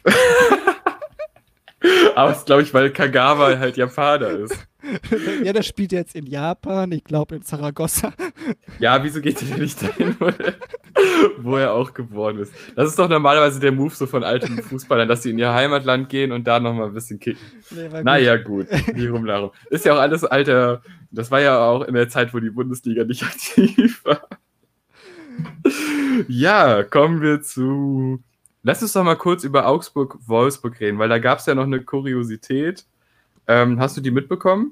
Aber es ist, glaube ich, weil Kagawa halt Japaner ist. Ja, der spielt jetzt in Japan, ich glaube in Saragossa. Ja, wieso geht der denn nicht dahin, wo er, wo er auch geboren ist? Das ist doch normalerweise der Move so von alten Fußballern, dass sie in ihr Heimatland gehen und da nochmal ein bisschen kicken. Nee, gut. Naja, gut, wie rum darum. Ist ja auch alles alter, das war ja auch in der Zeit, wo die Bundesliga nicht aktiv war. Ja, kommen wir zu... Lass uns doch mal kurz über Augsburg-Wolfsburg reden, weil da gab es ja noch eine Kuriosität. Ähm, hast du die mitbekommen?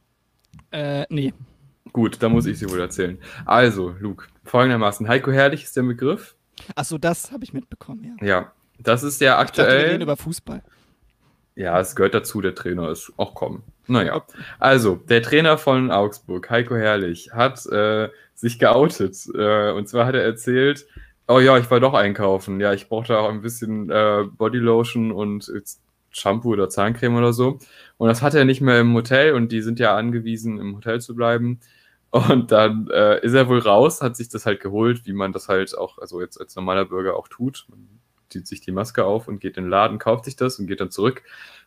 Äh, nee. Gut, dann muss ich sie wohl erzählen. Also, Luke, folgendermaßen. Heiko Herrlich ist der Begriff. Achso, das habe ich mitbekommen, ja. Ja, das ist ja aktuell... Ich dachte, wir reden über Fußball. Ja, es gehört dazu, der Trainer ist auch kommen. Naja, also, der Trainer von Augsburg, Heiko Herrlich, hat äh, sich geoutet. Äh, und zwar hat er erzählt... Oh ja, ich war doch einkaufen. Ja, ich brauchte auch ein bisschen äh, Bodylotion und Shampoo oder Zahncreme oder so. Und das hat er nicht mehr im Hotel und die sind ja angewiesen, im Hotel zu bleiben. Und dann äh, ist er wohl raus, hat sich das halt geholt, wie man das halt auch, also jetzt als normaler Bürger auch tut. Man zieht sich die Maske auf und geht in den Laden, kauft sich das und geht dann zurück.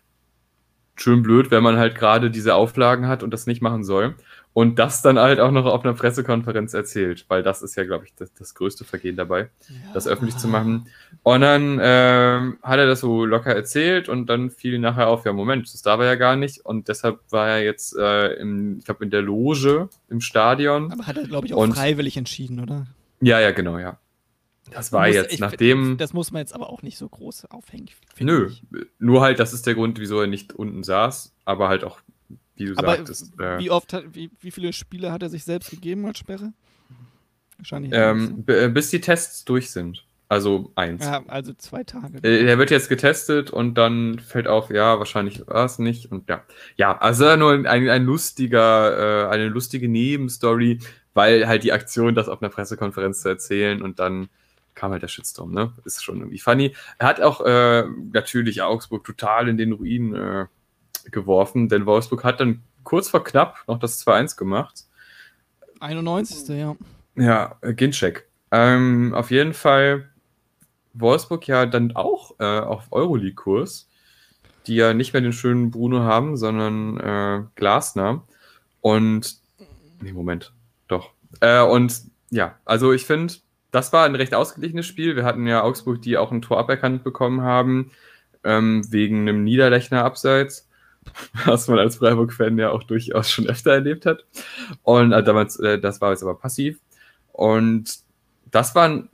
Schön blöd, wenn man halt gerade diese Auflagen hat und das nicht machen soll. Und das dann halt auch noch auf einer Pressekonferenz erzählt, weil das ist ja, glaube ich, das, das größte Vergehen dabei, ja. das öffentlich zu machen. Und dann ähm, hat er das so locker erzählt und dann fiel nachher auf, ja Moment, das darf er ja gar nicht. Und deshalb war er jetzt, äh, im, ich glaube, in der Loge im Stadion. Aber hat er, glaube ich, auch und, freiwillig entschieden, oder? Ja, ja, genau, ja. Das war muss, jetzt, ich, nachdem... Das muss man jetzt aber auch nicht so groß aufhängen. Nö, ich. nur halt, das ist der Grund, wieso er nicht unten saß, aber halt auch, wie du aber sagtest. Äh, wie oft, hat, wie, wie viele Spiele hat er sich selbst gegeben als Sperre? Wahrscheinlich. Ähm, b- bis die Tests durch sind. Also eins. Ja, also zwei Tage. Äh, der wird jetzt getestet und dann fällt auf, ja, wahrscheinlich war es nicht. Und ja, ja, also nur ein, ein lustiger, äh, eine lustige Nebenstory, weil halt die Aktion, das auf einer Pressekonferenz zu erzählen und dann kam halt der Shitstorm, ne? Ist schon irgendwie funny. Er hat auch äh, natürlich Augsburg total in den Ruin äh, geworfen, denn Wolfsburg hat dann kurz vor knapp noch das zwei eins gemacht. einundneunzigste Ja. Ja, Ginczek. Ähm, auf jeden Fall Wolfsburg ja dann auch äh, auf Euroleague-Kurs, die ja nicht mehr den schönen Bruno haben, sondern äh, Glasner. Und, nee, Moment, doch. Äh, und ja, also ich finde, das war ein recht ausgeglichenes Spiel. Wir hatten ja Augsburg, die auch ein Tor aberkannt bekommen haben, ähm, wegen einem Niederlechner Abseits, was man als Freiburg-Fan ja auch durchaus schon öfter erlebt hat. Und äh, damals, äh, das war jetzt aber passiv. Und das war ein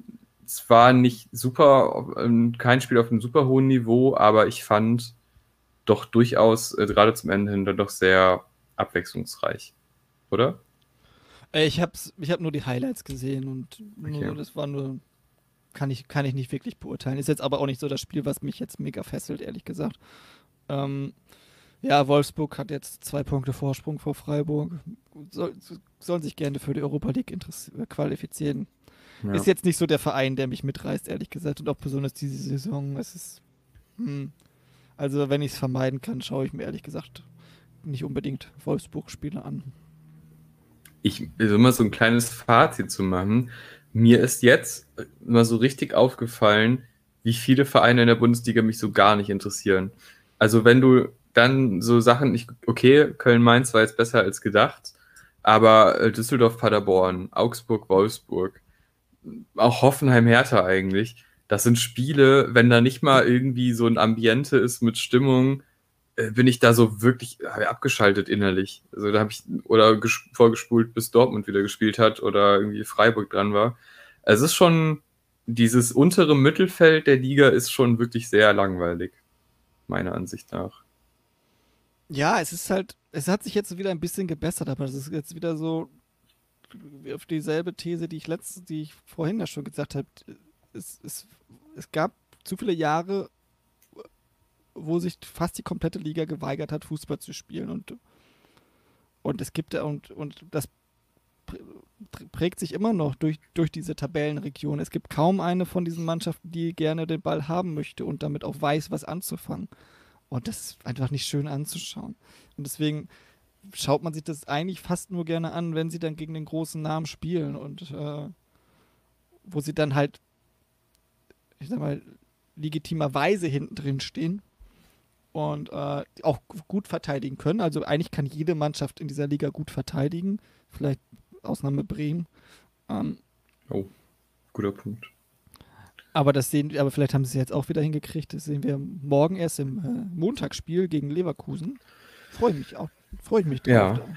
zwar nicht super, kein Spiel auf einem super hohen Niveau, aber ich fand doch durchaus, äh, gerade zum Ende hin, dann doch sehr abwechslungsreich, oder? Äh, Ich habe ich hab nur die Highlights gesehen und nur, Okay. das war nur, kann ich, kann ich nicht wirklich beurteilen. Ist jetzt aber auch nicht so das Spiel, was mich jetzt mega fesselt, ehrlich gesagt. Ähm, ja, Wolfsburg hat jetzt zwei Punkte Vorsprung vor Freiburg. Soll, sollen sich gerne für die Europa League interess- qualifizieren. Ja. Ist jetzt nicht so der Verein, der mich mitreißt, ehrlich gesagt. Und auch besonders diese Saison. Es ist. Hm. Also, wenn ich es vermeiden kann, schaue ich mir ehrlich gesagt nicht unbedingt Wolfsburg-Spiele an. Ich also immer so ein kleines Fazit zu machen. Mir ist jetzt mal so richtig aufgefallen, wie viele Vereine in der Bundesliga mich so gar nicht interessieren. Also wenn du dann so Sachen, ich, okay, Köln-Mainz war jetzt besser als gedacht, aber äh, Düsseldorf, Paderborn, Augsburg, Wolfsburg, auch Hoffenheim-Hertha eigentlich, das sind Spiele, wenn da nicht mal irgendwie so ein Ambiente ist mit Stimmung, äh, bin ich da so wirklich hab ich abgeschaltet innerlich. Also da habe ich oder ges- vorgespult, bis Dortmund wieder gespielt hat oder irgendwie Freiburg dran war. Es ist schon, dieses untere Mittelfeld der Liga ist schon wirklich sehr langweilig, meiner Ansicht nach. Ja, es ist halt, es hat sich jetzt wieder ein bisschen gebessert, aber es ist jetzt wieder so auf dieselbe These, die ich letzte, die ich vorhin ja schon gesagt habe. Es, es, es gab zu viele Jahre, wo sich fast die komplette Liga geweigert hat, Fußball zu spielen. Und, und es gibt und, und das prägt sich immer noch durch, durch diese Tabellenregion. Es gibt kaum eine von diesen Mannschaften, die gerne den Ball haben möchte und damit auch weiß, was anzufangen. Und das ist einfach nicht schön anzuschauen. Und deswegen schaut man sich das eigentlich fast nur gerne an, wenn sie dann gegen den großen Namen spielen und äh, wo sie dann halt, ich sag mal, legitimerweise hinten drin stehen und äh, auch gut verteidigen können. Also eigentlich kann jede Mannschaft in dieser Liga gut verteidigen. Vielleicht Ausnahme Bremen. Ähm, Oh, guter Punkt. aber das sehen, aber vielleicht haben sie es jetzt auch wieder hingekriegt. Das sehen wir morgen erst im äh, Montagsspiel gegen Leverkusen. Freue mich auch, freue ich mich drauf. Ja. Dann.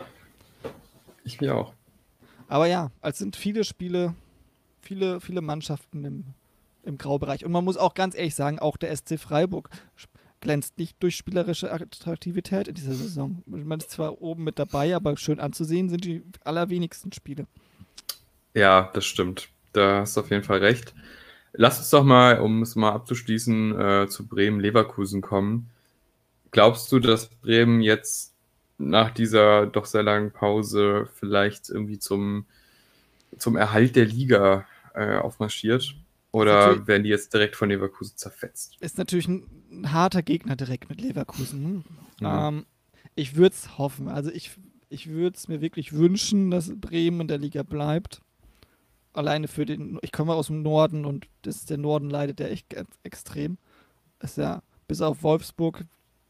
Ich mir auch. Aber ja, es sind viele Spiele, viele, viele Mannschaften im, im Graubereich. Und man muss auch ganz ehrlich sagen, auch der S C Freiburg glänzt nicht durch spielerische Attraktivität in dieser Saison. Man ist zwar oben mit dabei, aber schön anzusehen sind die allerwenigsten Spiele. Ja, das stimmt. Da hast du auf jeden Fall recht. Lass uns doch mal, um es mal abzuschließen, äh, zu Bremen-Leverkusen kommen. Glaubst du, dass Bremen jetzt nach dieser doch sehr langen Pause vielleicht irgendwie zum, zum Erhalt der Liga äh, aufmarschiert? Oder werden die jetzt direkt von Leverkusen zerfetzt? Ist natürlich ein, ein harter Gegner direkt mit Leverkusen. Hm? Mhm. Ähm, ich würde es hoffen. Also ich, ich würde es mir wirklich wünschen, dass Bremen in der Liga bleibt. Alleine für den, ich komme aus dem Norden und das, der Norden leidet ja echt ganz extrem. Das ist ja, bis auf Wolfsburg,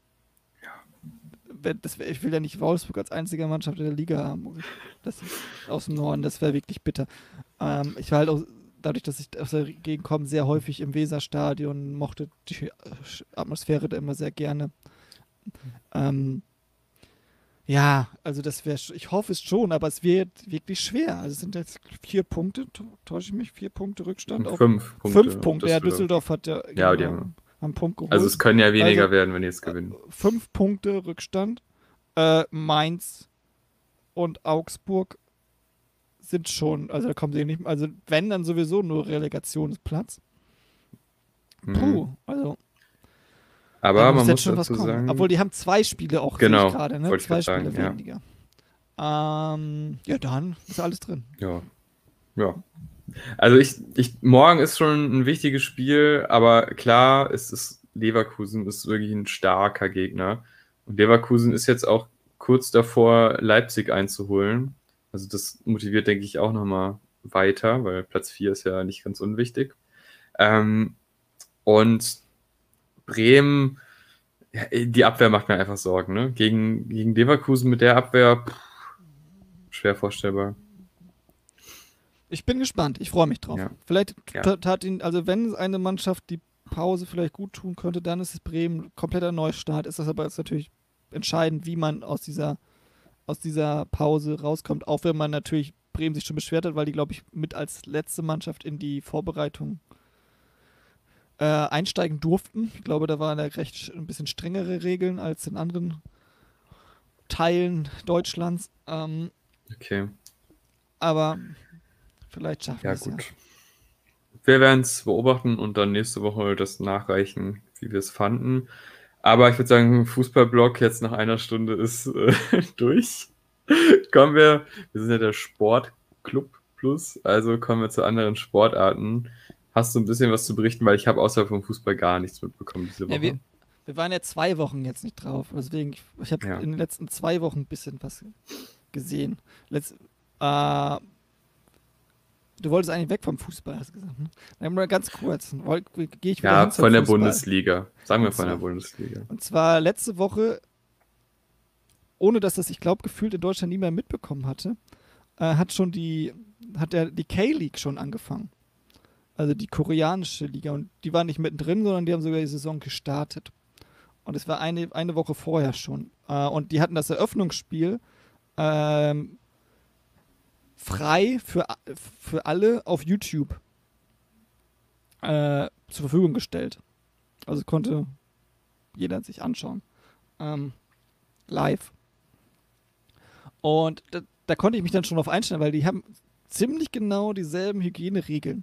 wenn- das wär, ich will ja nicht Wolfsburg als einzige Mannschaft in der Liga haben. Das ist aus dem Norden, das wäre wirklich bitter. Ähm, ich war halt auch, dadurch, dass ich aus der Gegend komme, sehr häufig im Weserstadion, mochte die Atmosphäre da immer sehr gerne. Ähm, ja, also das wäre, ich hoffe es schon, aber es wird wirklich schwer. Also es sind jetzt vier Punkte, täusche ich mich, vier Punkte Rückstand auf Fünf Punkte. fünf Punkte. Ja, Düsseldorf hat ja, Ja, genau, die haben. einen Punkt geholt. Also es können ja weniger Also, werden, wenn die jetzt gewinnen. Fünf Punkte Rückstand. Äh, Mainz und Augsburg sind schon, also da kommen sie nicht, also wenn, dann sowieso nur Relegationsplatz. Puh, Mhm. also Aber da man muss muss jetzt schon was dazu kommen. sagen, Obwohl die haben zwei Spiele auch, Genau, sehe ich gerade, ne? wollte ich Zwei grad Spiele sagen, ja. weniger. Ähm, ja, dann ist alles drin. ja, ja. Also ich, ich, morgen ist schon ein wichtiges Spiel, aber klar, es ist Leverkusen ist wirklich ein starker Gegner. Und Leverkusen ist jetzt auch kurz davor, Leipzig einzuholen. Also das motiviert, denke ich, auch nochmal weiter, weil Platz vier ist ja nicht ganz unwichtig. Ähm, und Bremen, ja, die Abwehr macht mir einfach Sorgen, ne? Gegen, gegen Leverkusen mit der Abwehr, pff, schwer vorstellbar. Ich bin gespannt, ich freue mich drauf. Ja. Vielleicht Ja. tat tat ihn, also wenn eine Mannschaft die Pause vielleicht gut tun könnte, dann ist es Bremen, kompletter Neustart. Ist das aber jetzt natürlich entscheidend, wie man aus dieser, aus dieser Pause rauskommt, auch wenn man natürlich Bremen sich schon beschwert hat, weil die, glaube ich, mit als letzte Mannschaft in die Vorbereitung äh, einsteigen durften. Ich glaube, da waren da recht ein bisschen strengere Regeln als in anderen Teilen Deutschlands. Ähm, Okay. aber vielleicht schaffen wir Ja, es ja. gut. Wir werden es beobachten und dann nächste Woche das nachreichen, wie wir es fanden. Aber ich würde sagen, Fußballblock jetzt nach einer Stunde ist äh, durch. Kommen wir, wir sind ja der Sportclub Plus, also kommen wir zu anderen Sportarten. Hast du ein bisschen was zu berichten, weil ich habe außerhalb vom Fußball gar nichts mitbekommen diese Woche. Ja, wir, wir waren ja zwei Wochen jetzt nicht drauf. Deswegen, ich, ich habe Ja. in den letzten zwei Wochen ein bisschen was gesehen. Letz, äh, du wolltest eigentlich weg vom Fußball, hast du gesagt. Ne? Dann mal ganz kurz. Gehe ich wieder Ja, hin zum von der Fußball. Bundesliga. Sagen wir Und von der zwar- Bundesliga. Und zwar letzte Woche, ohne dass das, ich glaube, gefühlt in Deutschland niemand mitbekommen hatte, äh, hat schon die, hat der, die K-League schon angefangen. Also die koreanische Liga. Und die war nicht mittendrin, sondern die haben sogar die Saison gestartet. Und es war eine, eine Woche vorher schon. Äh, und die hatten das Eröffnungsspiel ähm, frei für, a- für alle auf YouTube äh, zur Verfügung gestellt. Also konnte jeder sich anschauen. Ähm, live. Und da, da konnte ich mich dann schon drauf einstellen, weil die haben ziemlich genau dieselben Hygieneregeln.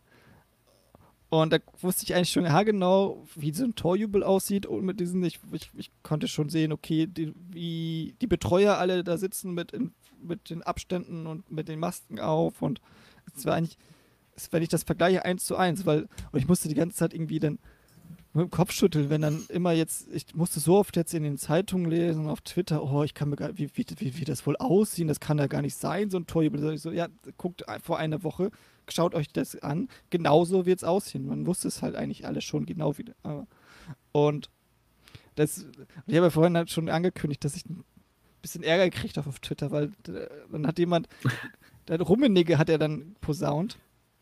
Und da wusste ich eigentlich schon haargenau, wie so ein Torjubel aussieht. Und mit diesen, ich, ich, ich konnte schon sehen, okay, die, wie die Betreuer alle da sitzen mit, in, mit den Abständen und mit den Masken auf. Und es war eigentlich, es- wenn ich das vergleiche, eins zu eins, weil und ich musste die ganze Zeit irgendwie dann mit dem Kopf schütteln, wenn dann immer jetzt, ich musste so oft jetzt in den Zeitungen lesen, auf Twitter, oh, ich kann mir gar wie, wie, wie, wie das wohl aussehen, das kann da gar nicht sein, so ein Torjubel. Da sag ich so, ja, guckt vor einer Woche, schaut euch das an, genauso wird es aussehen. Man wusste es halt eigentlich alles schon genau wieder. Aber, und das, ich habe ja vorhin halt schon angekündigt, dass ich ein bisschen Ärger gekriegt habe auf Twitter, weil äh, dann hat jemand, der Rummenigge hat er dann posaunt,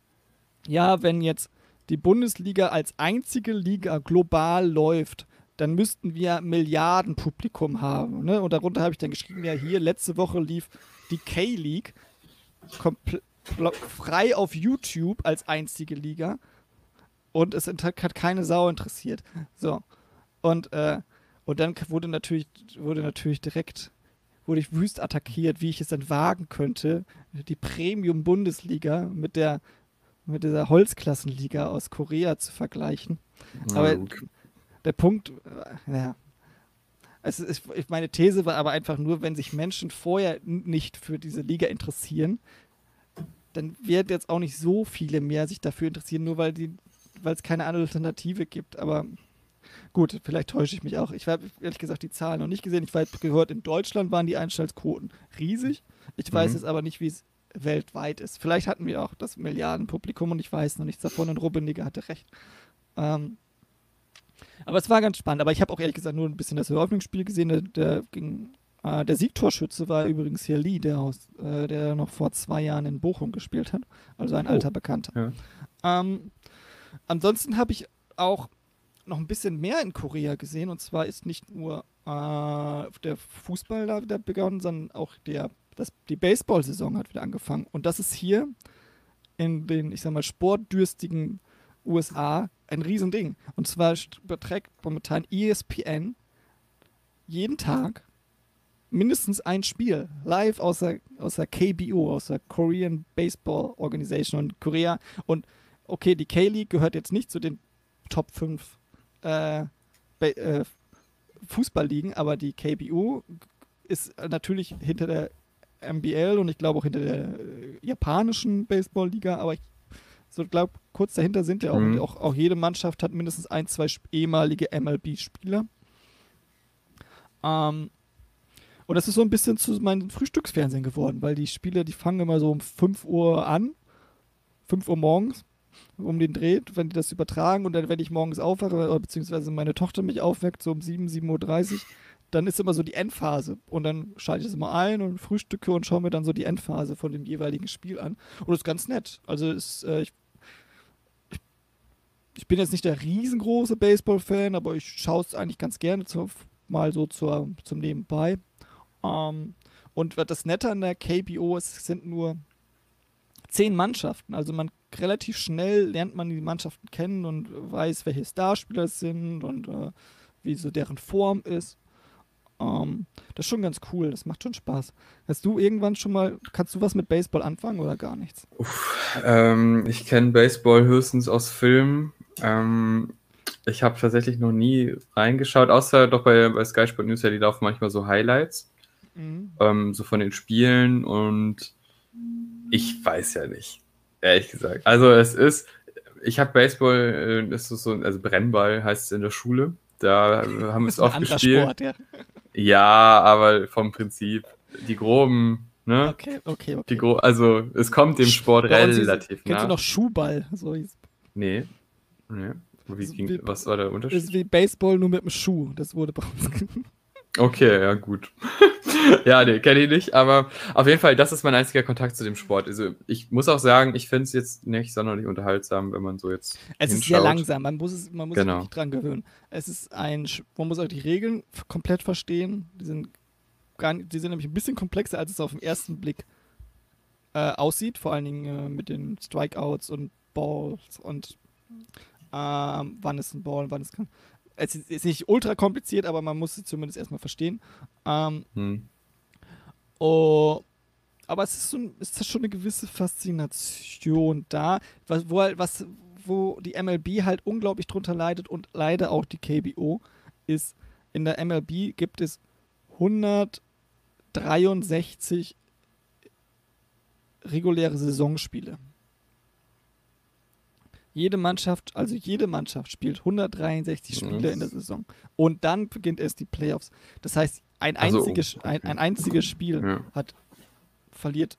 ja, wenn jetzt die Bundesliga als einzige Liga global läuft, dann müssten wir Milliardenpublikum haben. Ne? Und darunter habe ich dann geschrieben, ja hier, letzte Woche lief die K-League komple- blo- frei auf YouTube als einzige Liga und es int- hat keine Sau interessiert. So. Und, äh, und dann wurde natürlich, wurde natürlich direkt, wurde ich wüst attackiert, wie ich es dann wagen könnte, die Premium-Bundesliga mit der mit dieser Holzklassenliga aus Korea zu vergleichen. Aber gut. der Punkt, äh, ja, es ist, meine These war aber einfach nur, wenn sich Menschen vorher n- nicht für diese Liga interessieren, dann werden jetzt auch nicht so viele mehr sich dafür interessieren, nur weil die, weil es keine andere Alternative gibt. Aber gut, vielleicht täusche ich mich auch. Ich habe ehrlich gesagt die Zahlen noch nicht gesehen. Ich habe gehört, in Deutschland waren die Einschaltquoten riesig. Ich weiß Mhm. jetzt aber nicht, wie es weltweit ist. Vielleicht hatten wir auch das Milliardenpublikum und ich weiß noch nichts davon und Rummenigge hatte recht. Ähm, aber es war ganz spannend. Aber ich habe auch ehrlich gesagt nur ein bisschen das Eröffnungsspiel gesehen. Der, der, ging, äh, der Siegtorschütze war übrigens hier Lee, der, aus, äh, der noch vor zwei Jahren in Bochum gespielt hat. Also ein Oh. alter Bekannter. Ja. Ähm, ansonsten habe ich auch noch ein bisschen mehr in Korea gesehen. Und zwar ist nicht nur äh, der Fußball da wieder begonnen, sondern auch der, das, die Baseball-Saison hat wieder angefangen. Und das ist hier in den, ich sag mal, sportdürstigen U S A ein Riesending. Und zwar st- überträgt momentan E S P N jeden Tag mindestens ein Spiel live aus der, aus der K B O, aus der Korean Baseball Organization und Korea. Und okay, die K-League gehört jetzt nicht zu den Top fünf äh, Ba- äh, Fußballligen, aber die K B O ist natürlich hinter der N B L und ich glaube auch hinter der äh, japanischen Baseballliga, aber ich so glaube, kurz dahinter sind ja auch, Mhm. und auch, auch jede Mannschaft hat mindestens ein, zwei sp- ehemalige M L B-Spieler. Ähm, und das ist so ein bisschen zu meinem Frühstücksfernsehen geworden, weil die Spiele, die fangen immer so um fünf Uhr an, fünf Uhr morgens, um den Dreh, wenn die das übertragen und dann, wenn ich morgens aufwache, oder beziehungsweise meine Tochter mich aufweckt, so um sieben, sieben Uhr dreißig, dann ist immer so die Endphase und dann schalte ich das immer ein und frühstücke und schaue mir dann so die Endphase von dem jeweiligen Spiel an und das ist ganz nett. Also ist, äh, ich, ich bin jetzt nicht der riesengroße Baseball-Fan, aber ich schaue es eigentlich ganz gerne zu, mal so zur, zum Nebenbei. Ähm, und was das Nette an der K B O ist, es sind nur zehn Mannschaften. Also man relativ schnell lernt man die Mannschaften kennen und weiß, welche Starspieler es sind und äh, wie so deren Form ist. Ähm, das ist schon ganz cool, das macht schon Spaß. Hast du irgendwann schon mal, kannst du was mit Baseball anfangen oder gar nichts? Uff, ähm, ich kenne Baseball höchstens aus Filmen. Ähm, ich habe tatsächlich noch nie reingeschaut, außer doch bei, bei Sky Sport News, ja, die laufen manchmal so Highlights, Mhm. ähm, so von den Spielen und ich weiß ja nicht, ehrlich gesagt. Also es ist, ich habe Baseball, äh, das ist so, also Brennball heißt es in der Schule, da äh, haben wir Das es ist ein oft anderer gespielt. Sport, ja. Ja, aber vom Prinzip, die groben, ne? Okay, okay, Die okay. gro also es kommt dem Sch- Sport Bei uns hieß, relativ kennst du nah. noch Schuhball? So hieß, Nee, nee. Wie ist ging, wie, was war der ist Unterschied? wie Baseball nur mit dem Schuh. Das wurde bei uns. Okay, ja, gut. Ja, nee, kenne ich nicht, aber auf jeden Fall, das ist mein einziger Kontakt zu dem Sport. Also ich muss auch sagen, ich finde es jetzt nicht sonderlich unterhaltsam, wenn man so jetzt Es ist sehr hinschaut. langsam, man muss, es, man muss sich Genau. wirklich dran gewöhnen. Es ist ein, Sch- man muss auch die Regeln f- komplett verstehen. Die sind, gar nicht, die sind nämlich ein bisschen komplexer, als es auf den ersten Blick äh, aussieht. Vor allen Dingen äh, mit den Strikeouts und Balls und ähm, wann ist ein Ball, wann ist kein. Es ist, ist nicht ultra kompliziert, aber man muss es zumindest erstmal verstehen. Ähm, Hm. oh, aber es ist, so, ein- ist da schon eine gewisse Faszination da, was, wo, halt, was, wo die M L B halt unglaublich drunter leidet und leider auch die K B O, ist, in der M L B gibt es hundertdreiundsechzig reguläre Saisonspiele. Jede Mannschaft, also jede Mannschaft spielt hundertdreiundsechzig Spiele in der Saison. Und dann beginnt erst die Playoffs. Das heißt, ein Also, einziges, ein, okay. ein einziges Spiel Ja. hat, verliert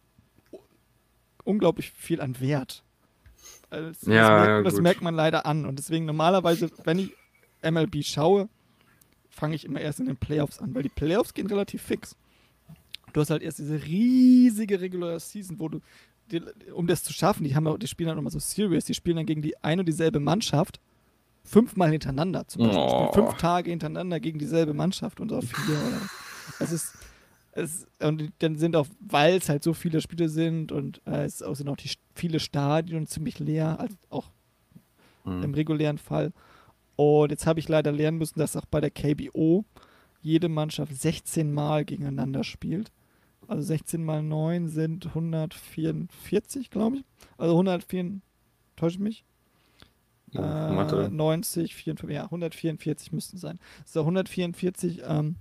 unglaublich viel an Wert. Also Das, das, Ja, merkt, ja, das gut. merkt man leider an. Und deswegen normalerweise, wenn ich M L B schaue, fange ich immer erst in den Playoffs an, weil die Playoffs gehen relativ fix. Du hast halt erst diese riesige Regular Season, wo du, die, um das zu schaffen, die, haben ja, die spielen dann immer so Series, die spielen dann gegen die eine und dieselbe Mannschaft fünfmal hintereinander zum Beispiel. Die spielen Oh. fünf Tage hintereinander gegen dieselbe Mannschaft und auch vier oder was. Es ist, es, und dann sind auch, weil es halt so viele Spiele sind und äh, es auch, sind auch die viele Stadien ziemlich leer, als auch Hm. im regulären Fall. Und jetzt habe ich leider lernen müssen, dass auch bei der K B O jede Mannschaft sechzehn Mal gegeneinander spielt. Also sechzehn mal neun sind hundertvierundvierzig, glaube ich. Also hundertvier, täusche ich mich? Oh, Äh, Mathe. neunzig, vierundvierzig, ja, hundertvierundvierzig müssten sein. So, hundertvierundvierzig ähm,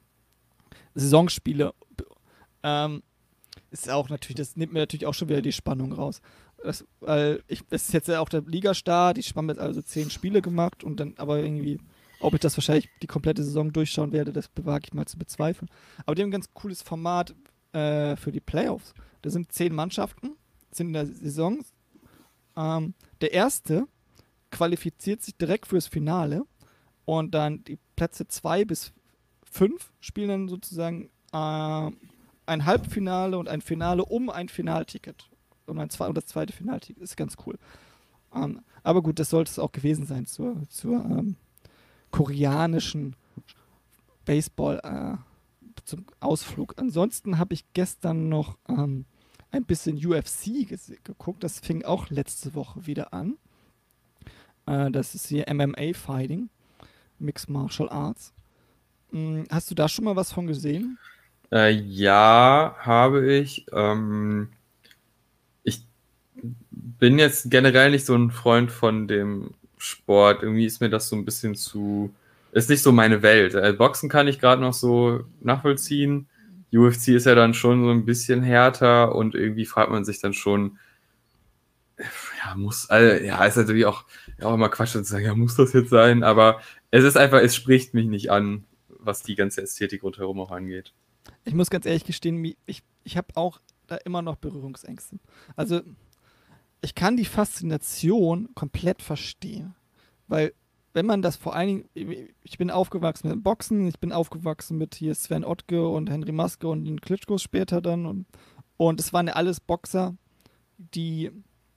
Saisonspiele. Ähm, ist auch natürlich, das nimmt mir natürlich auch schon wieder die Spannung raus. Das, weil ich, das ist jetzt ja auch der Ligastart, ich habe jetzt also zehn Spiele gemacht und dann aber irgendwie, ob ich das wahrscheinlich die komplette Saison durchschauen werde, das bewage ich mal zu bezweifeln. Aber die haben ein ganz cooles Format äh, für die Playoffs. Da sind zehn Mannschaften, sind in der Saison. Ähm, der erste qualifiziert sich direkt fürs Finale und dann die Plätze zwei bis fünf spielen dann sozusagen äh, ein Halbfinale und ein Finale um ein Finalticket. Und, ein zwei, und das zweite Finalticket ist ganz cool. Ähm, aber gut, das sollte es auch gewesen sein zur, zur ähm, koreanischen Baseball äh, zum Ausflug. Ansonsten habe ich gestern noch ähm, ein bisschen U F C geguckt. Das fing auch letzte Woche wieder an. Äh, das ist hier M M A Fighting, Mixed Martial Arts. Hm, hast du da schon mal was von gesehen? Äh, ja, habe ich. Ähm, ich bin jetzt generell nicht so ein Freund von dem Sport. Irgendwie ist mir das so ein bisschen zu. Ist nicht so meine Welt. Äh, Boxen kann ich gerade noch so nachvollziehen. U F C ist ja dann schon so ein bisschen härter und irgendwie fragt man sich dann schon, ja, muss, also, ja, ist natürlich auch, ja, auch immer Quatsch zu sagen, ja, muss das jetzt sein, aber es ist einfach, es spricht mich nicht an, was die ganze Ästhetik rundherum auch angeht. Ich muss ganz ehrlich gestehen, mi- ich, ich habe auch da immer noch Berührungsängste. Also, ich kann die Faszination komplett verstehen. Weil, wenn man das vor allen Dingen, ich bin aufgewachsen mit dem Boxen, ich bin aufgewachsen mit hier Sven Ottke und Henry Maske und den Klitschkos später dann. Und, und es waren ja alles Boxer, die,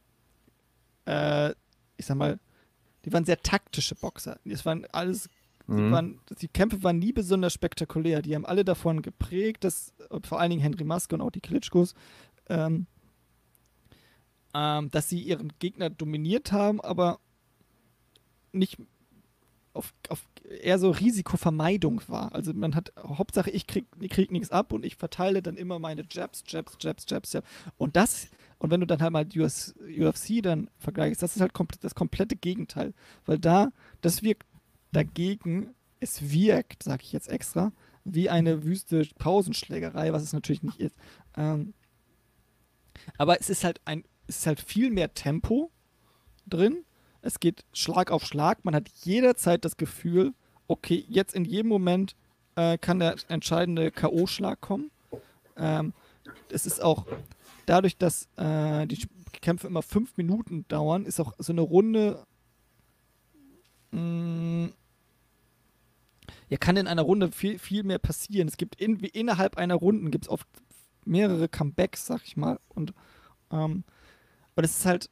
äh, ich sag mal, die waren sehr taktische Boxer. Es waren alles, die, Mhm. waren, die Kämpfe waren nie besonders spektakulär. Die haben alle davon geprägt, dass vor allen Dingen Henry Maske und auch die Klitschkos, ähm, ähm, dass sie ihren Gegner dominiert haben, aber nicht auf, auf eher so Risikovermeidung war. Also man hat, Hauptsache ich krieg, ich krieg nichts ab und ich verteile dann immer meine Jabs, Jabs, Jabs, Jabs, Jabs. Und das, und wenn du dann halt mal U F C dann vergleichst, das ist halt komplett, das komplette Gegenteil. Weil da, das wirkt dagegen, es wirkt, sag ich jetzt extra, wie eine wüste Pausenschlägerei, was es natürlich nicht ist. Ähm, aber es ist halt ein, es ist halt viel mehr Tempo drin. Es geht Schlag auf Schlag. Man hat jederzeit das Gefühl, okay, jetzt in jedem Moment äh, kann der entscheidende K O-Schlag kommen. Ähm, es ist auch dadurch, dass äh, die Kämpfe immer fünf Minuten dauern, ist auch so eine Runde mh, ja, kann in einer Runde viel, viel mehr passieren. Es gibt in, wie innerhalb einer Runde gibt es oft mehrere Comebacks, sag ich mal. Und ähm, aber das ist halt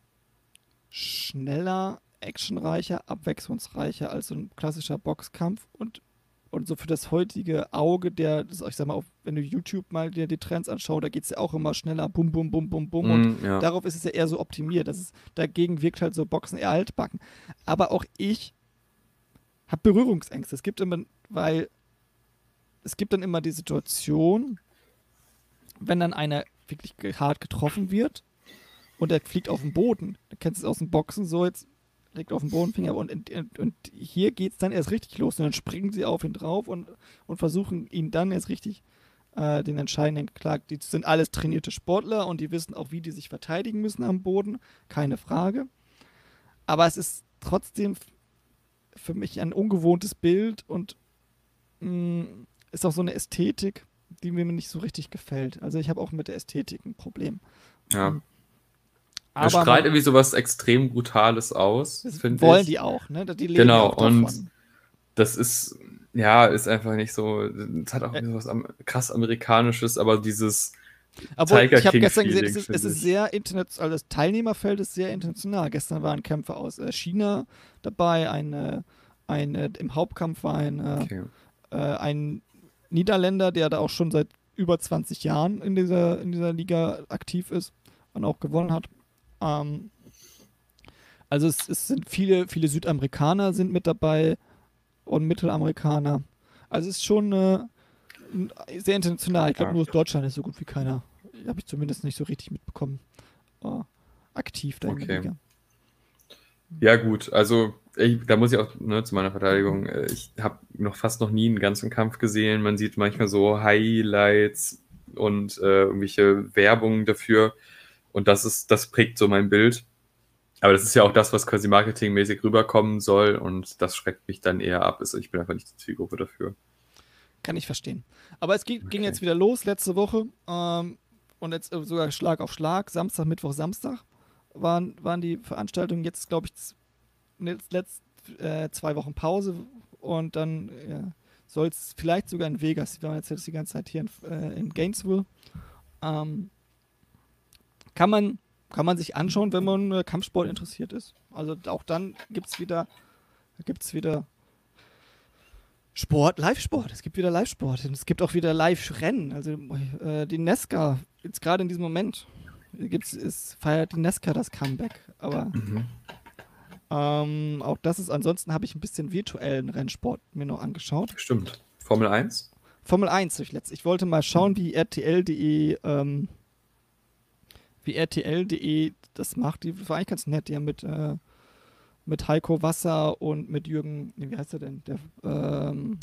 schneller, actionreicher, abwechslungsreicher als so ein klassischer Boxkampf und, und so für das heutige Auge, der, das, ich sag mal, auf, wenn du YouTube mal dir die Trends anschaust, da geht es ja auch immer schneller, bum, bum, bum, bum, bum, Mm, und ja. darauf ist es ja eher so optimiert. Das ist, dagegen wirkt halt so Boxen eher altbacken. Aber auch ich habe Berührungsängste. Es gibt immer, weil es gibt dann immer die Situation, wenn dann einer wirklich hart getroffen wird und der fliegt auf den Boden. Du kennst es aus dem Boxen so, jetzt liegt auf dem Boden, Finger und, und, und hier geht es dann erst richtig los und dann springen sie auf ihn drauf und, und versuchen ihn dann erst richtig äh, den entscheidenden Schlag. Die sind alles trainierte Sportler und die wissen auch, wie die sich verteidigen müssen am Boden, keine Frage. Aber es ist trotzdem für mich ein ungewohntes Bild und mh, ist auch so eine Ästhetik, die mir nicht so richtig gefällt. Also ich habe auch mit der Ästhetik ein Problem. Ja. Mhm. Er strahlt irgendwie sowas extrem Brutales aus, das finde ich. wollen die auch, ne? Die leben Genau, ja auch davon. und das ist, ja, ist einfach nicht so, es hat auch irgendwie sowas am, krass Amerikanisches, aber dieses Aber Tiger ich habe King gestern gesehen, Feeling, es ist, finde es ist ich. sehr international, also das Teilnehmerfeld ist sehr international. Gestern waren Kämpfer aus äh, China dabei, ein, äh, ein äh, im Hauptkampf war ein, äh, Okay. äh, ein Niederländer, der da auch schon seit über zwanzig Jahren in dieser, in dieser Liga aktiv ist und auch gewonnen hat. Ähm, also es, es sind viele, viele Südamerikaner sind mit dabei und Mittelamerikaner. Also es ist schon äh, sehr international. Ich glaube, Ja. nur aus Deutschland ist so gut wie keiner. Habe ich zumindest nicht so richtig mitbekommen. Oh, aktiv da in der Okay. Liga. Ja, gut, also ich, da muss ich auch ne, zu meiner Verteidigung, äh, ich habe noch fast noch nie einen ganzen Kampf gesehen. Man sieht manchmal so Highlights und äh, irgendwelche Werbung dafür und das ist, das prägt so mein Bild. Aber das ist ja auch das, was quasi marketingmäßig rüberkommen soll und das schreckt mich dann eher ab. Also ich bin einfach nicht die Zielgruppe dafür. Kann ich verstehen. Aber es ging, Okay. ging jetzt wieder los letzte Woche ähm, und jetzt äh, sogar Schlag auf Schlag. Samstag, Mittwoch, Samstag waren, waren die Veranstaltungen. Jetzt, glaube ich, z- letzt, letzt, äh, zwei Wochen Pause und dann äh, soll es vielleicht sogar in Vegas. Wir waren jetzt, jetzt die ganze Zeit hier in, äh, in Gainesville. Ähm, kann man kann man sich anschauen, wenn man äh, Kampfsport interessiert ist. Also auch dann gibt es wieder, gibt's wieder Sport, Live-Sport. Es gibt wieder Live-Sport. Und es gibt auch wieder Live-Rennen. Also äh, die Nesca, jetzt gerade in diesem Moment, gibt's, ist, feiert die Nesca das Comeback. Aber Mhm. ähm, auch das ist, ansonsten habe ich ein bisschen virtuellen Rennsport mir noch angeschaut. Stimmt. Formel eins? Formel eins durch letzt. Ich wollte mal schauen, wie R T L punkt de ähm, wie R T L punkt de das macht. Die war eigentlich ganz nett. Die haben mit, äh, mit Heiko Wasser und mit Jürgen, nee, wie heißt er denn? Der, ähm,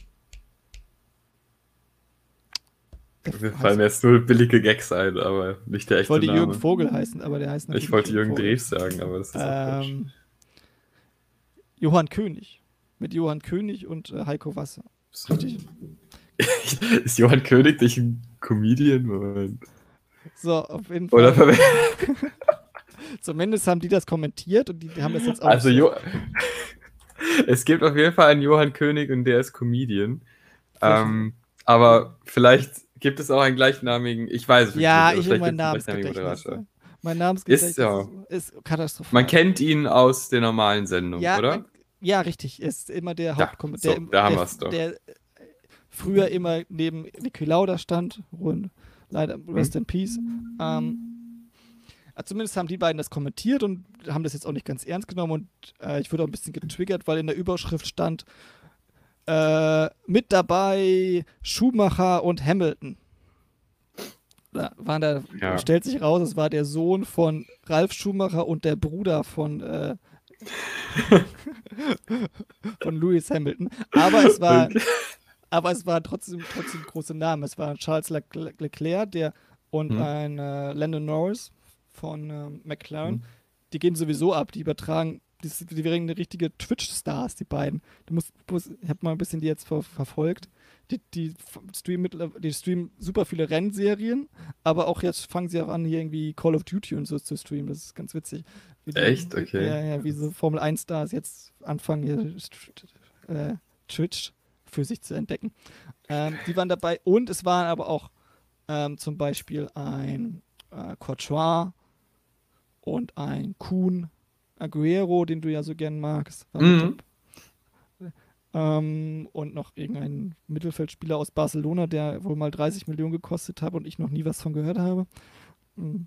der Mir heißt- fallen jetzt nur billige Gags ein, aber nicht der ich echte wollte Name. Jürgen Vogel heißen, aber der heißt natürlich Ich wollte Jürgen Vogel. Drews sagen, aber das ist auch falsch. Ähm, Johann König. Mit Johann König und äh, Heiko Wasser. Richtig. Ist Johann König nicht ein Comedian? Moment. So, auf jeden Fall. Oder verwechselt? Zumindest haben die das kommentiert und die, die haben das jetzt auch. Also, so- jo es gibt auf jeden Fall einen Johann König und der ist Comedian. Ähm, aber vielleicht gibt es auch einen gleichnamigen, ich weiß es wirklich ja, nicht, ich will aber mein vielleicht gibt es einen gleichnaamigen Namensgedächtnis. Moderator. Mein Namensgedächtnis Ist ja. ist, ist katastrophal. Man kennt ihn aus der normalen Sendung, ja, oder? man- ja, richtig. Ist immer der Ja, Hauptkommentator. so, der, da haben der, wir's doch. der äh, früher immer neben Niki Lauda stand. Und leider, rest in peace. Ähm, zumindest haben die beiden das kommentiert und haben das jetzt auch nicht ganz ernst genommen und äh, ich wurde auch ein bisschen getriggert, weil in der Überschrift stand äh, mit dabei Schumacher und Hamilton. Da waren da, Ja. stellt sich raus, es war der Sohn von Ralf Schumacher und der Bruder von äh, von Lewis Hamilton. Aber es war aber es waren trotzdem, trotzdem große Namen. Es war Charles Le- Leclerc der, und Hm. ein äh, Lando Norris von äh, McLaren. Hm. Die gehen sowieso ab. Die übertragen, die, die wären eine richtige Twitch-Stars, die beiden. Du musst, musst, ich habe mal ein bisschen die jetzt ver verfolgt. Die, die, streamen die streamen super viele Rennserien, aber auch jetzt fangen sie auch an, hier irgendwie Call of Duty und so zu streamen. Das ist ganz witzig. Wie die, Echt? Okay. Ja, ja, wie so Formel eins Stars jetzt anfangen, hier äh, Twitch für sich zu entdecken. Ähm, die waren dabei und es waren aber auch ähm, zum Beispiel ein äh, Courtois und ein Kun Aguero, den du ja so gern magst. War mit Mhm. Ähm, und noch irgendein Mittelfeldspieler aus Barcelona, der wohl mal dreißig Millionen gekostet hat und ich noch nie was von gehört habe. Mhm.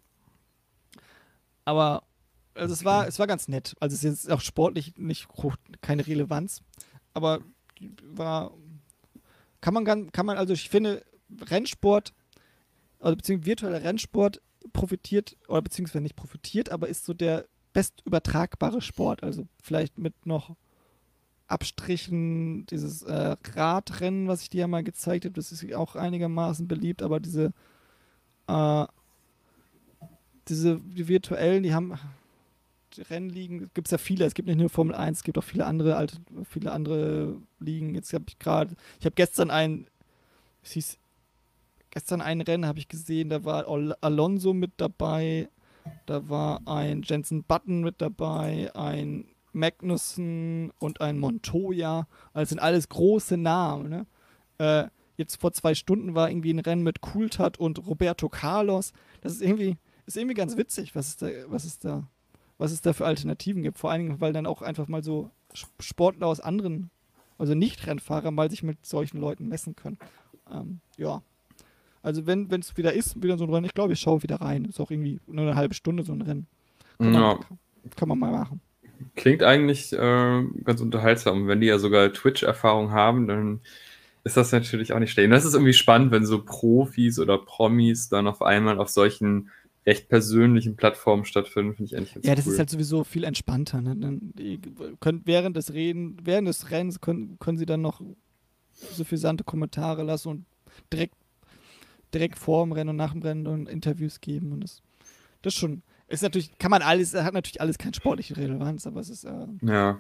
Aber also es war, es war ganz nett. Also es ist jetzt auch sportlich nicht hoch, keine Relevanz, aber war kann man gan- kann man also ich finde Rennsport also beziehungsweise virtueller Rennsport profitiert oder beziehungsweise nicht profitiert, aber ist so der best übertragbare Sport. Also vielleicht mit noch Abstrichen, dieses äh, Radrennen, was ich dir ja mal gezeigt habe, das ist auch einigermaßen beliebt, aber diese äh, diese die virtuellen, die haben die Rennligen, gibt es ja viele, es gibt nicht nur Formel eins, es gibt auch viele andere alte, viele andere Ligen. Jetzt habe ich gerade, ich habe gestern ein, es hieß, gestern ein Rennen habe ich gesehen, da war Al Alonso mit dabei, da war ein Jenson Button mit dabei, ein Magnussen und ein Montoya. Also sind alles große Namen. Ne? Äh, jetzt vor zwei Stunden war irgendwie ein Rennen mit Coulthard und Roberto Carlos. Das ist irgendwie, ist irgendwie ganz witzig, was es da, was es da, was es da für Alternativen gibt. Vor allen Dingen, weil dann auch einfach mal so Sportler aus anderen, also Nicht-Rennfahrer, mal sich mit solchen Leuten messen können. Ähm, ja. Also wenn es wieder ist, wieder so ein Rennen, ich glaube, ich schaue wieder rein. Ist auch irgendwie nur eine halbe Stunde so ein Rennen. Kann man, Ja. kann, kann man mal machen. Klingt eigentlich äh, ganz unterhaltsam. Wenn die ja sogar Twitch-Erfahrung haben, dann ist das natürlich auch nicht schlecht. Und das ist irgendwie spannend, wenn so Profis oder Promis dann auf einmal auf solchen recht persönlichen Plattformen stattfinden, finde ich eigentlich ganz Ja, das cool. ist halt sowieso viel entspannter. Ne? Dann, die können, während des Reden, während des Rennens können, können sie dann noch suffisante Kommentare lassen und direkt, direkt vor dem Rennen und nach dem Rennen und Interviews geben. Und das, das schon, ist natürlich, kann man alles, hat natürlich alles keine sportliche Relevanz, aber es ist äh, Ja.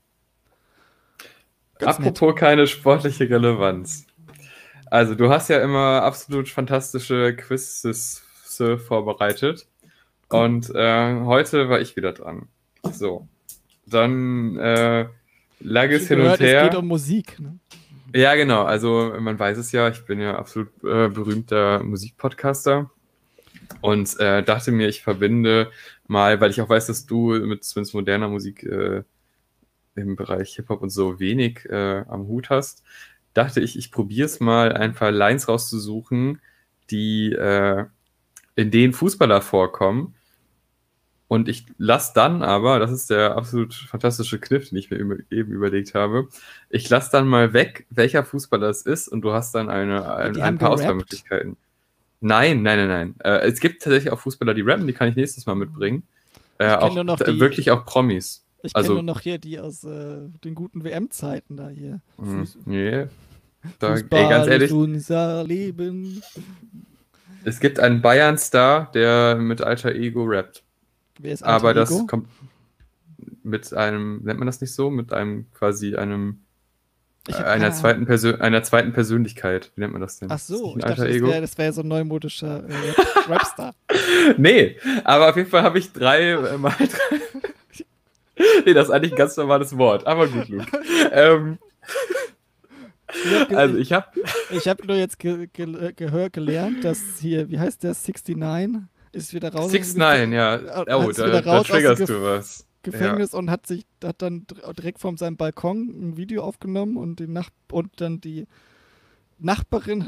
ganz nett. Apropos keine sportliche Relevanz. Also, du hast ja immer absolut fantastische Quizzes äh, vorbereitet. Und äh, heute war ich wieder dran. So. Dann äh, lag es hin gehört, und her. Es geht um Musik. Ne? Ja, genau. Also, man weiß es ja, ich bin ja absolut äh, berühmter Musikpodcaster. Und äh, dachte mir, ich verbinde mal, weil ich auch weiß, dass du mit zumindest moderner Musik äh, im Bereich Hip-Hop und so wenig äh, am Hut hast, dachte ich, ich probiere es mal, ein paar Lines rauszusuchen, die äh, in denen Fußballer vorkommen. Und ich lasse dann aber, das ist der absolut fantastische Kniff, den ich mir eben überlegt habe, ich lasse dann mal weg, welcher Fußballer es ist und du hast dann eine, ein, Die ein haben paar gerappt? Auswahlmöglichkeiten. Nein, nein, nein, nein. Äh, es gibt tatsächlich auch Fußballer, die rappen, die kann ich nächstes Mal mitbringen. Äh, kenn auch nur noch äh, die- wirklich auch Promis. Ich Also- kenne nur noch hier die aus äh, den guten W M-Zeiten da hier. Hm, Fuß nee. Da, Fußball ey, ganz ehrlich, ist unser Leben. es gibt einen Bayern-Star, der mit Alter Ego rappt. Wer ist Aber Alter das Ego? kommt mit einem, nennt man das nicht so? Mit einem quasi einem Ich äh, hab einer keine zweiten Persön einer zweiten Persönlichkeit. Wie nennt man das denn? Ach Ist das so, nicht ich ein dachte, Alter das Ego? wäre das wär so ein neumodischer äh, Rap Rapstar. Nee, aber auf jeden Fall habe ich drei äh, mal drei. Nee, das ist eigentlich ein ganz normales Wort, aber gut, Luke. ähm, Ich hab ge- also ich habe Ich habe nur jetzt ge ge gehört, gelernt, dass hier, wie heißt der, sixty-nine ist wieder raus. six nine, ja. Äh, Oh, ist da, wieder da raus aus dem triggerst Gef- du was. Gefängnis und hat sich hat dann dr- direkt von seinem Balkon ein Video aufgenommen und die Nach und dann die Nachbarin hat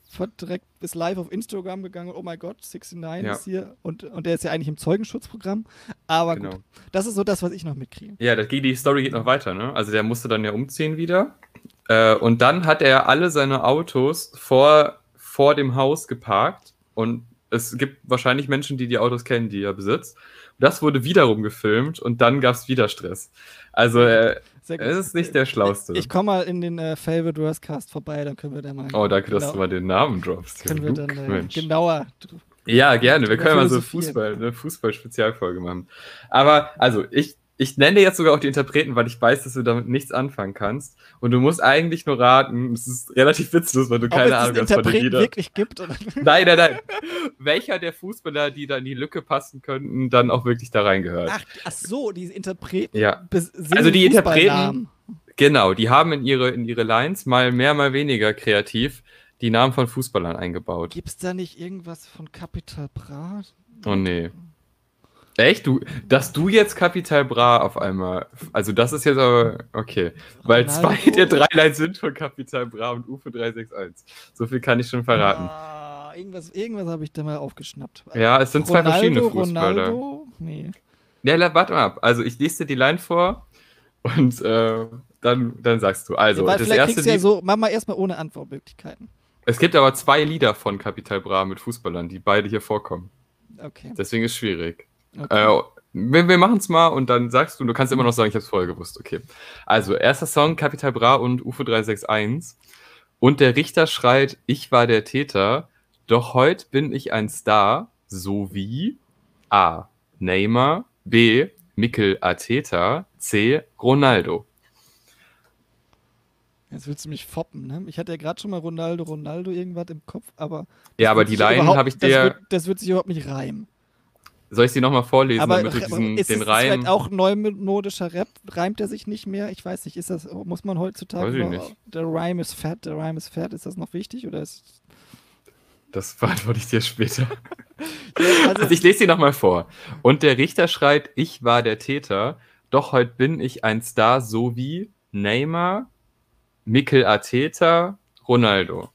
direkt ist live auf Instagram gegangen, oh mein Gott, neunundsechzig Ja. ist hier und, und der ist ja eigentlich im Zeugenschutzprogramm, aber Genau. gut, das ist so das, was ich noch mitkriege. Ja, das geht, die Story geht noch weiter, ne? Also der musste dann ja umziehen wieder. Äh, und dann hat er alle seine Autos vor, vor dem Haus geparkt. Und es gibt wahrscheinlich Menschen, die die Autos kennen, die er besitzt. Das wurde wiederum gefilmt und dann gab es wieder Stress. Also äh, Sehr gut. es ist nicht der Schlauste. Ich komme mal in den äh, Favorite Worst Cast vorbei, dann können wir da mal. Oh, danke, genau, dass du mal den Namen droppst. Können wir Luke, dann äh, Mensch. genauer. Ja, gerne. Wir können mal so philosophieren. Fußball, eine Fußball-Spezialfolge machen. Aber, also, ich, ich nenne dir jetzt sogar auch die Interpreten, weil ich weiß, dass du damit nichts anfangen kannst. Und du musst eigentlich nur raten, es ist relativ witzlos, weil du Ob keine es Ahnung diesen hast von den Interpreten Liedern. wirklich gibt? Oder? Nein, nein, nein. Welcher der Fußballer, die da in die Lücke passen könnten, dann auch wirklich da reingehört? Ach, ach so, diese Interpreten. Ja. bes- singen Also die Interpreten- Fußballnamen. Genau, die haben in ihre, in ihre Lines mal mehr, mal weniger kreativ die Namen von Fußballern eingebaut. Gibt es da nicht irgendwas von Capital Bra? Oh nee. Echt? Du, dass du jetzt Capital Bra auf einmal. Also, das ist jetzt aber. Okay. Weil Ronaldo. zwei der drei Lines sind von Capital Bra und U F O drei sechs eins. So viel kann ich schon verraten. Ah, irgendwas irgendwas habe ich da mal aufgeschnappt. Ja, es sind zwei Ronaldo, verschiedene Fußballer. Ronaldo? Nee. Ja, la- warte mal ab. Also, ich lese dir die Line vor und äh, dann, dann sagst du. Also, ja, weil das vielleicht erste kriegst du ja Lied. so, mach mal erstmal ohne Antwortmöglichkeiten. Es gibt aber zwei Lieder von Capital Bra mit Fußballern, die beide hier vorkommen. Okay. Deswegen ist es schwierig. okay. Äh, wir wir machen es mal und dann sagst du, du kannst immer noch sagen, ich habe es vorher gewusst. Okay. Also, erster Song, Capital Bra und U F O drei sechs eins. Und der Richter schreit, ich war der Täter, doch heute bin ich ein Star, so wie A. Neymar, B. Mikel Arteta, C. Ronaldo. Jetzt willst du mich foppen, ne? Ich hatte ja gerade schon mal Ronaldo, Ronaldo irgendwas im Kopf, aber. Ja, das aber wird die sich Line überhaupt- habe ich Das dir. wird, das wird sich überhaupt nicht reimen. Soll ich sie nochmal vorlesen, Aber damit du diesen, ist den es Reim. vielleicht auch neumodischer Rap? Reimt er sich nicht mehr? Ich weiß nicht, ist das, muss man heutzutage Weiß ich noch, nicht. der Rhyme ist fat, der Rhyme ist fat, ist das noch wichtig oder ist Das beantworte ich dir später. ja, Also ich lese sie nochmal vor. Und der Richter schreit, ich war der Täter, doch heute bin ich ein Star, so wie Neymar, Mikel Arteta, Ronaldo.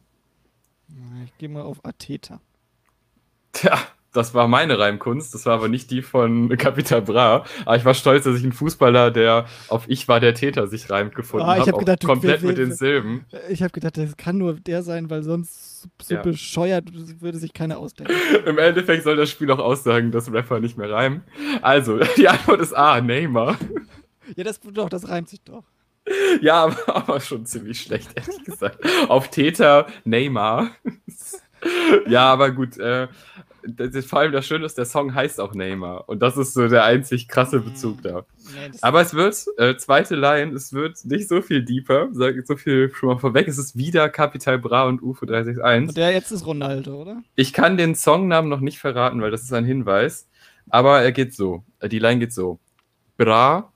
ich gehe mal auf Arteta. Tja, das war meine Reimkunst, das war aber nicht die von Capital Bra. Aber ich war stolz, dass ich einen Fußballer, der auf ich war der Täter sich reimt, gefunden Ah, ich habe. hab gedacht, du- komplett wer- mit wer- den Silben. Ich habe gedacht, das kann nur der sein, weil sonst so Ja. bescheuert würde sich keiner ausdenken. Im Endeffekt soll das Spiel auch aussagen, dass Rapper nicht mehr reimen. Also, die Antwort ist A, Neymar. Ja, das doch, das reimt sich doch. Ja, aber, aber schon ziemlich schlecht, ehrlich gesagt. Auf Täter Neymar. Ja, aber gut. Äh, das, das, vor allem das Schöne ist, der Song heißt auch Neymar. Und das ist so der einzig krasse Bezug da. Nee, das- Aber es wird, äh, zweite Line, es wird nicht so viel deeper. Sag ich so viel schon mal vorweg. Es ist wieder Capital Bra und U F O drei sechs eins. Und der jetzt ist Ronaldo, oder? Ich kann den Songnamen noch nicht verraten, weil das ist ein Hinweis. Aber er geht so. Äh, Die Line geht so. Bra,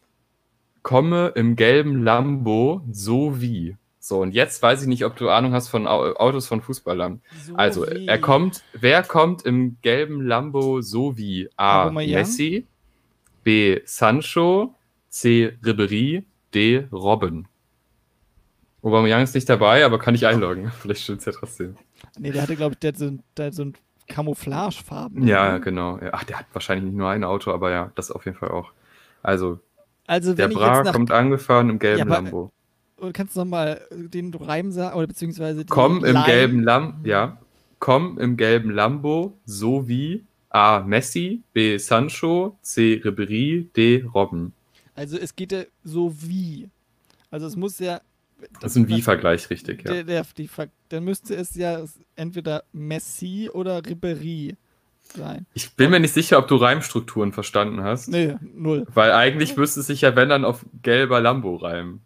komme im gelben Lambo, so wie. So, und jetzt weiß ich nicht, ob du Ahnung hast von Au- Autos von Fußballern. So Also, wie- er kommt, wer kommt im gelben Lambo so wie? A. Aubameyang? Messi, B. Sancho, C. Ribéry, D. Robben. Aubameyang ist nicht dabei, aber kann ich einloggen. Vielleicht stimmt's ja trotzdem. Nee, der hatte, glaube ich, der hat so, der hat so ein Camouflagefarben. Ja, genau. Ach, der hat wahrscheinlich nicht nur ein Auto, aber ja, das auf jeden Fall auch. Also, Also, der wenn ich Bra jetzt nach. kommt angefahren im gelben Ja, aber- Lambo. Oder kannst du nochmal den Reim sagen, oder beziehungsweise die Komm im Line? gelben Lambo, ja. Komm im gelben Lambo, so wie A. Messi, B. Sancho, C. Ribéry, D. Robben. Also, es geht ja so wie. Also, es muss ja. Das ist ein Wie-Vergleich, richtig, ja. Der, der, die, Ver- dann müsste es ja entweder Messi oder Ribéry sein. Ich bin mir nicht sicher, ob du Reimstrukturen verstanden hast. Nee, null. Weil eigentlich müsste es sich ja, wenn dann, auf gelber Lambo reimen.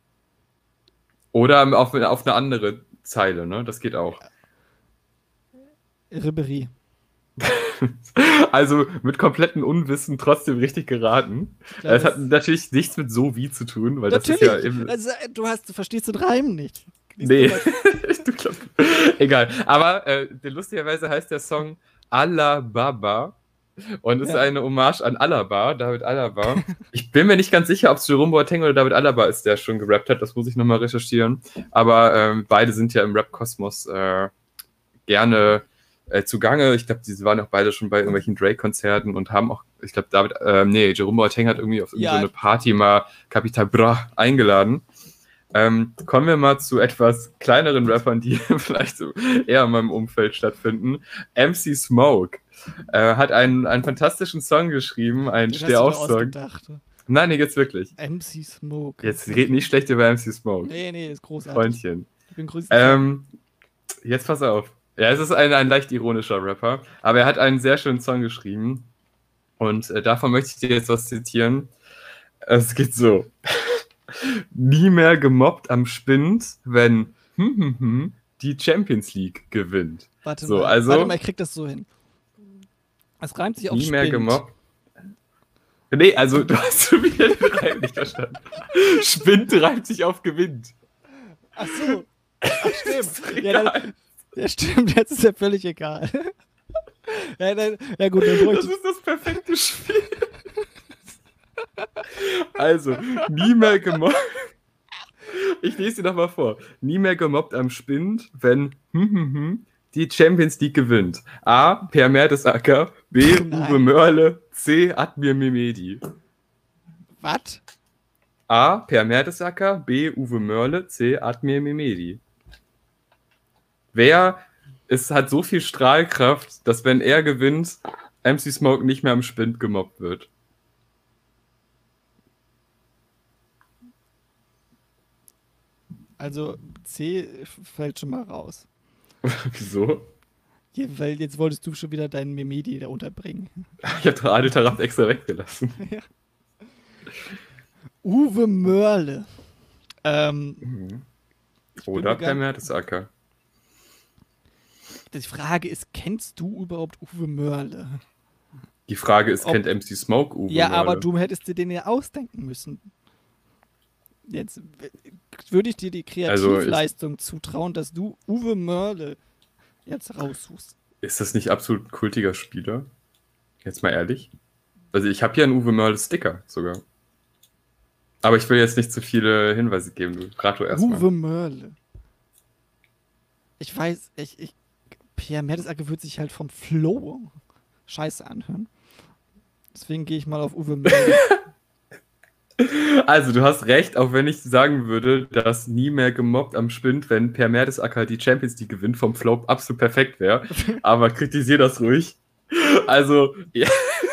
Oder auf, auf eine andere Zeile, ne? Das geht auch. Ribéry. Also mit komplettem Unwissen trotzdem richtig geraten. Ja, Es das- hat natürlich nichts mit so wie zu tun, weil Natürlich. das ist ja eben. Also, du, hast, du verstehst den Reim nicht. Lies Nee, doch mal- du glaub, egal. Aber äh, lustigerweise heißt der Song Alababa und ist Ja. eine Hommage an Alaba, David Alaba. Ich bin mir nicht ganz sicher, ob es Jerome Boateng oder David Alaba ist, der schon gerappt hat. Das muss ich nochmal recherchieren. Aber ähm, beide sind ja im Rap-Kosmos äh, gerne äh, zugange. Ich glaube, sie waren auch beide schon bei irgendwelchen Drake-Konzerten und haben auch, ich glaube, David, äh, nee, Jerome Boateng hat irgendwie auf Ja. so eine Party mal Capital Bra eingeladen. Ähm, kommen wir mal zu etwas kleineren Rappern, die vielleicht so eher in meinem Umfeld stattfinden. M C Smoke äh, hat einen, einen fantastischen Song geschrieben, einen Steh-auf-Song. Nein, nee, jetzt wirklich. M C Smoke. Jetzt red nicht schlecht über M C Smoke. Nee, nee, ist großartig. Freundchen. Ich bin grüßig. Ähm, jetzt pass auf. Ja, es ist ein, ein leicht ironischer Rapper, aber er hat einen sehr schönen Song geschrieben und äh, davon möchte ich dir jetzt was zitieren. Es geht so. Nie mehr gemobbt am Spind, wenn hm, hm, hm, die Champions League gewinnt. Warte so, mal, also, warte mal, ich krieg das so hin. Es reimt sich auf nie Spind. mehr gemobbt. Nee, also du hast schon wieder den Reim nicht verstanden. Spind reimt sich auf gewinnt. Ach so. Ach, stimmt. Ja, dann, ja, stimmt, jetzt ist ja völlig egal. ja, dann, ja gut, dann Das ist das perfekte Spiel. Also, nie mehr gemobbt. Ich lese dir nochmal vor. Nie mehr gemobbt am Spind, wenn hm, hm, hm, die Champions League gewinnt. A. Per Mertesacker. B. Nein. Uwe Mörle. C. Admir Mehmedi. Was? A. Per Mertesacker. B. Uwe Mörle. C. Admir Mehmedi. Wer ist, hat so viel Strahlkraft, dass wenn er gewinnt, M C Smoke nicht mehr am Spind gemobbt wird? Also C fällt schon mal raus. Wieso? Ja, weil jetzt wolltest du schon wieder deinen Memedi da unterbringen. Ich habe doch Adel Tarat extra weggelassen. Ja. Uwe Mörle. Ähm, Mhm. Oder Per Mertesacker. Die Frage ist, kennst du überhaupt Uwe Mörle? Die Frage ist, Ob, kennt M C Smoke Uwe Ja, Mörle? aber du hättest dir den ja ausdenken müssen. Jetzt würde ich dir die Kreativleistung also zutrauen, dass du Uwe Mörle jetzt raussuchst. Ist das nicht absolut ein kultiger Spieler? Jetzt mal ehrlich. Also ich habe hier einen Uwe Mörle Sticker sogar. Aber ich will jetzt nicht zu viele Hinweise geben. Du rat du erstmal. Uwe Mörle. Ich weiß, ich, ich Pierre Mertesacker wird sich halt vom Flow scheiße anhören. Deswegen gehe ich mal auf Uwe Mörle. Also, du hast recht, auch wenn ich sagen würde, dass nie mehr gemobbt am Spind, wenn Per Mertesacker die Champions League gewinnt, vom Flow absolut perfekt wäre. Aber kritisier das ruhig. Also, ja.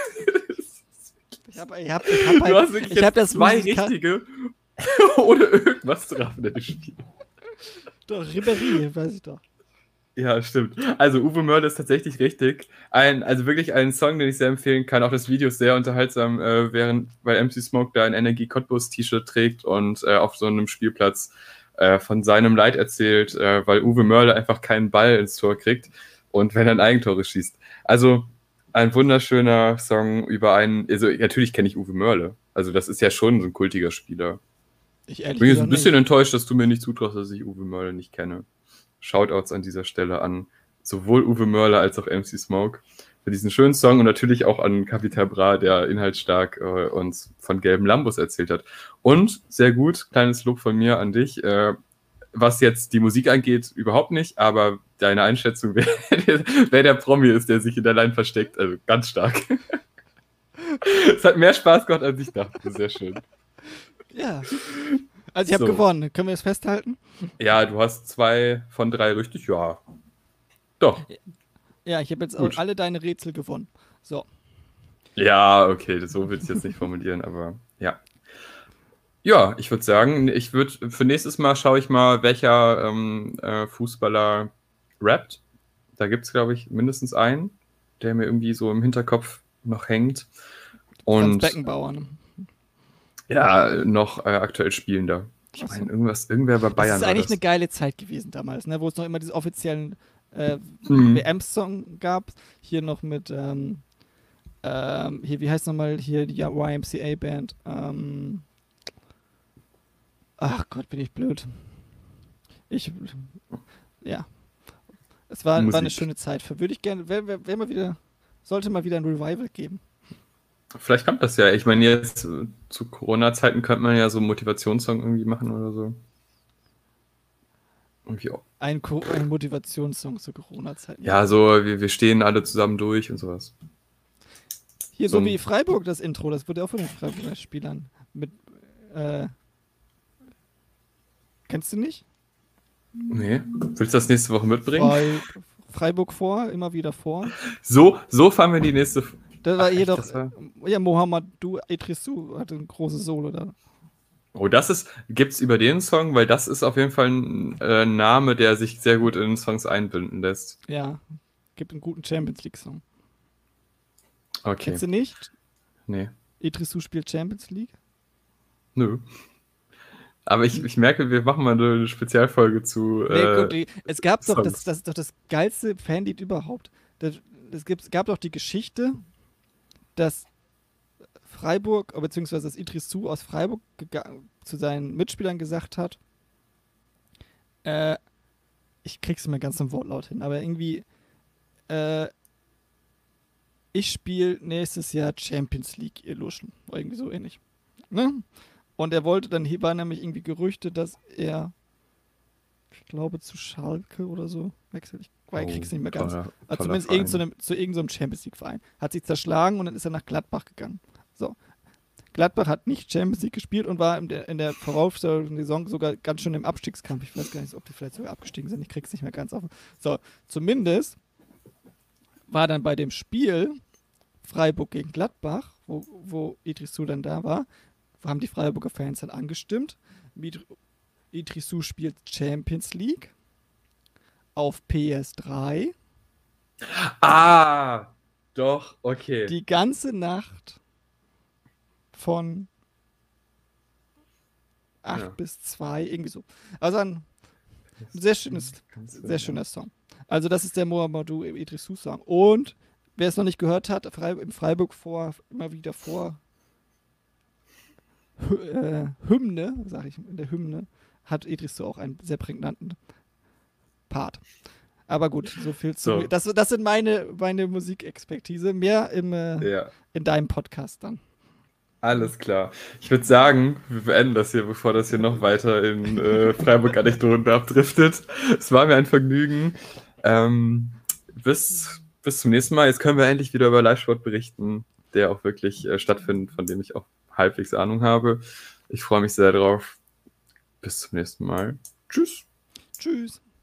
Ich habe ich hab, ich hab halt, du hast wirklich ich hab das zwei Musika richtige, ohne irgendwas zu raffen in dem Spiel. Doch, Ribéry, weiß ich doch. Ja, stimmt. Also Uwe Mörle ist tatsächlich richtig. Ein, also wirklich ein Song, den ich sehr empfehlen kann. Auch das Video ist sehr unterhaltsam, äh, während, weil M C Smoke da ein Energie Cottbus T-Shirt trägt und äh, auf so einem Spielplatz äh, von seinem Leid erzählt, äh, weil Uwe Mörle einfach keinen Ball ins Tor kriegt und wenn er ein Eigentore schießt. Also ein wunderschöner Song über einen, also natürlich kenne ich Uwe Mörle. Also das ist ja schon so ein kultiger Spieler. Ich ehrlich bin jetzt ein bisschen nicht. enttäuscht, dass du mir nicht zutraust, dass ich Uwe Mörle nicht kenne. Shoutouts an dieser Stelle an sowohl Uwe Mörle als auch M C Smoke für diesen schönen Song und natürlich auch an Capital Bra, der inhaltsstark äh, uns von gelben Lambos erzählt hat. Und sehr gut, kleines Lob von mir an dich, äh, was jetzt die Musik angeht, überhaupt nicht, aber deine Einschätzung, wer, wer der Promi ist, der sich in der Line versteckt, also ganz stark. Es hat mehr Spaß gemacht, als ich dachte. Sehr schön. Ja. Also ich habe So. gewonnen. Können wir das festhalten? Ja, du hast zwei von drei richtig, ja. Doch. Ja, ich habe jetzt Gut. auch alle deine Rätsel gewonnen. So. Ja, okay, so will ich es jetzt nicht formulieren, aber ja. Ja, ich würde sagen, ich würde für nächstes Mal schaue ich mal, welcher ähm, äh, Fußballer rappt. Da gibt es, glaube ich, mindestens einen, der mir irgendwie so im Hinterkopf noch hängt. Franz Und Beckenbauer. Ne? ja, noch äh, aktuell spielender. Ich Ach so. meine, irgendwas, irgendwer bei Bayern Das ist war eigentlich das. eine geile Zeit gewesen damals, ne? Wo es noch immer diese offiziellen äh, Mhm. W M-Song gab. Hier noch mit, ähm, ähm, hier, wie heißt nochmal hier die Y M C A-Band? Ähm, ach Gott, bin ich blöd. Ich, ja. Es war, war eine Musik. schöne Zeit. Würde ich gerne, wär, wär, wär mal wieder, sollte mal wieder ein Revival geben. Vielleicht kommt das ja. Ich meine, jetzt äh, zu Corona-Zeiten könnte man ja so einen Motivationssong irgendwie machen oder so. Irgendwie auch. Ein, Co- ein Motivationssong zur Corona-Zeit. Ja, so, wir, wir stehen alle zusammen durch und sowas. Hier, so so wie ein- Freiburg, das Intro, das wurde auch von den Freiburger Spielern mit, äh, kennst du nicht? Nee. Willst du das nächste Woche mitbringen? Frei, Freiburg vor, immer wieder vor. So, so fahren wir die nächste. F- Das war Ach, echt, jedoch, das war- ja, Mohamedou Idrissou hatte ein großes Solo da. Oh, das ist. Gibt's über den Song? Weil das ist auf jeden Fall ein äh, Name, der sich sehr gut in Songs einbinden lässt. Ja, gibt einen guten Champions League-Song. Okay. Kennst du nicht? Nee. Idrissou spielt Champions League. Nö. Aber ich, ich merke, wir machen mal eine Spezialfolge zu. Nee, Äh, gut, die, es gab doch das, Songs. das ist doch das geilste Fanlied überhaupt. Das, das gibt, gab doch die Geschichte, dass Freiburg, beziehungsweise dass Idrissou aus Freiburg gega- zu seinen Mitspielern gesagt hat, äh, ich krieg's mir ganz im Wortlaut hin, aber irgendwie, äh, ich spiele nächstes Jahr Champions League, ihr Luschen. Oder irgendwie so ähnlich. Ne? Und er wollte dann, hier waren nämlich irgendwie Gerüchte, dass er, ich glaube, zu Schalke oder so wechselt. Ich Oh, krieg's nicht mehr ganz. toller- Also toller zumindest irgend zu, Verein. einem, zu irgendeinem Champions League-Verein. Hat sich zerschlagen und dann ist er nach Gladbach gegangen. So. Gladbach hat nicht Champions League gespielt und war in der, in der vorausgehenden Saison sogar ganz schön im Abstiegskampf. Ich weiß gar nicht, ob die vielleicht sogar abgestiegen sind. Ich krieg's nicht mehr ganz auf. So, zumindest war dann bei dem Spiel Freiburg gegen Gladbach, wo, wo Idrissou dann da war, haben die Freiburger Fans dann angestimmt. Idr- Idrissou spielt Champions League auf P S drei Ah, doch, okay. die ganze Nacht von acht Ja. bis zwei, irgendwie so. Also ein sehr schönes, sehr schöner Song. Also das ist der Mohamedou Idrissou Song. Und wer es noch nicht gehört hat, Frei, im Freiburg vor, immer wieder vor Hy äh, Hymne, sage ich, in der Hymne, hat Idrissou auch einen sehr prägnanten Part. Aber gut, so viel zu So. mir. Das, das sind meine, meine Musikexpertise. Mehr im, äh, Ja, in deinem Podcast dann. alles klar. Ich würde sagen, wir beenden das hier, bevor das hier noch weiter in äh, Freiburg-Anekdoten abdriftet. Es war mir ein Vergnügen. Ähm, bis, bis zum nächsten Mal. Jetzt können wir endlich wieder über Live-Sport berichten, der auch wirklich äh, stattfindet, von dem ich auch halbwegs Ahnung habe. Ich freue mich sehr drauf. Bis zum nächsten Mal. Tschüss. Tschüss.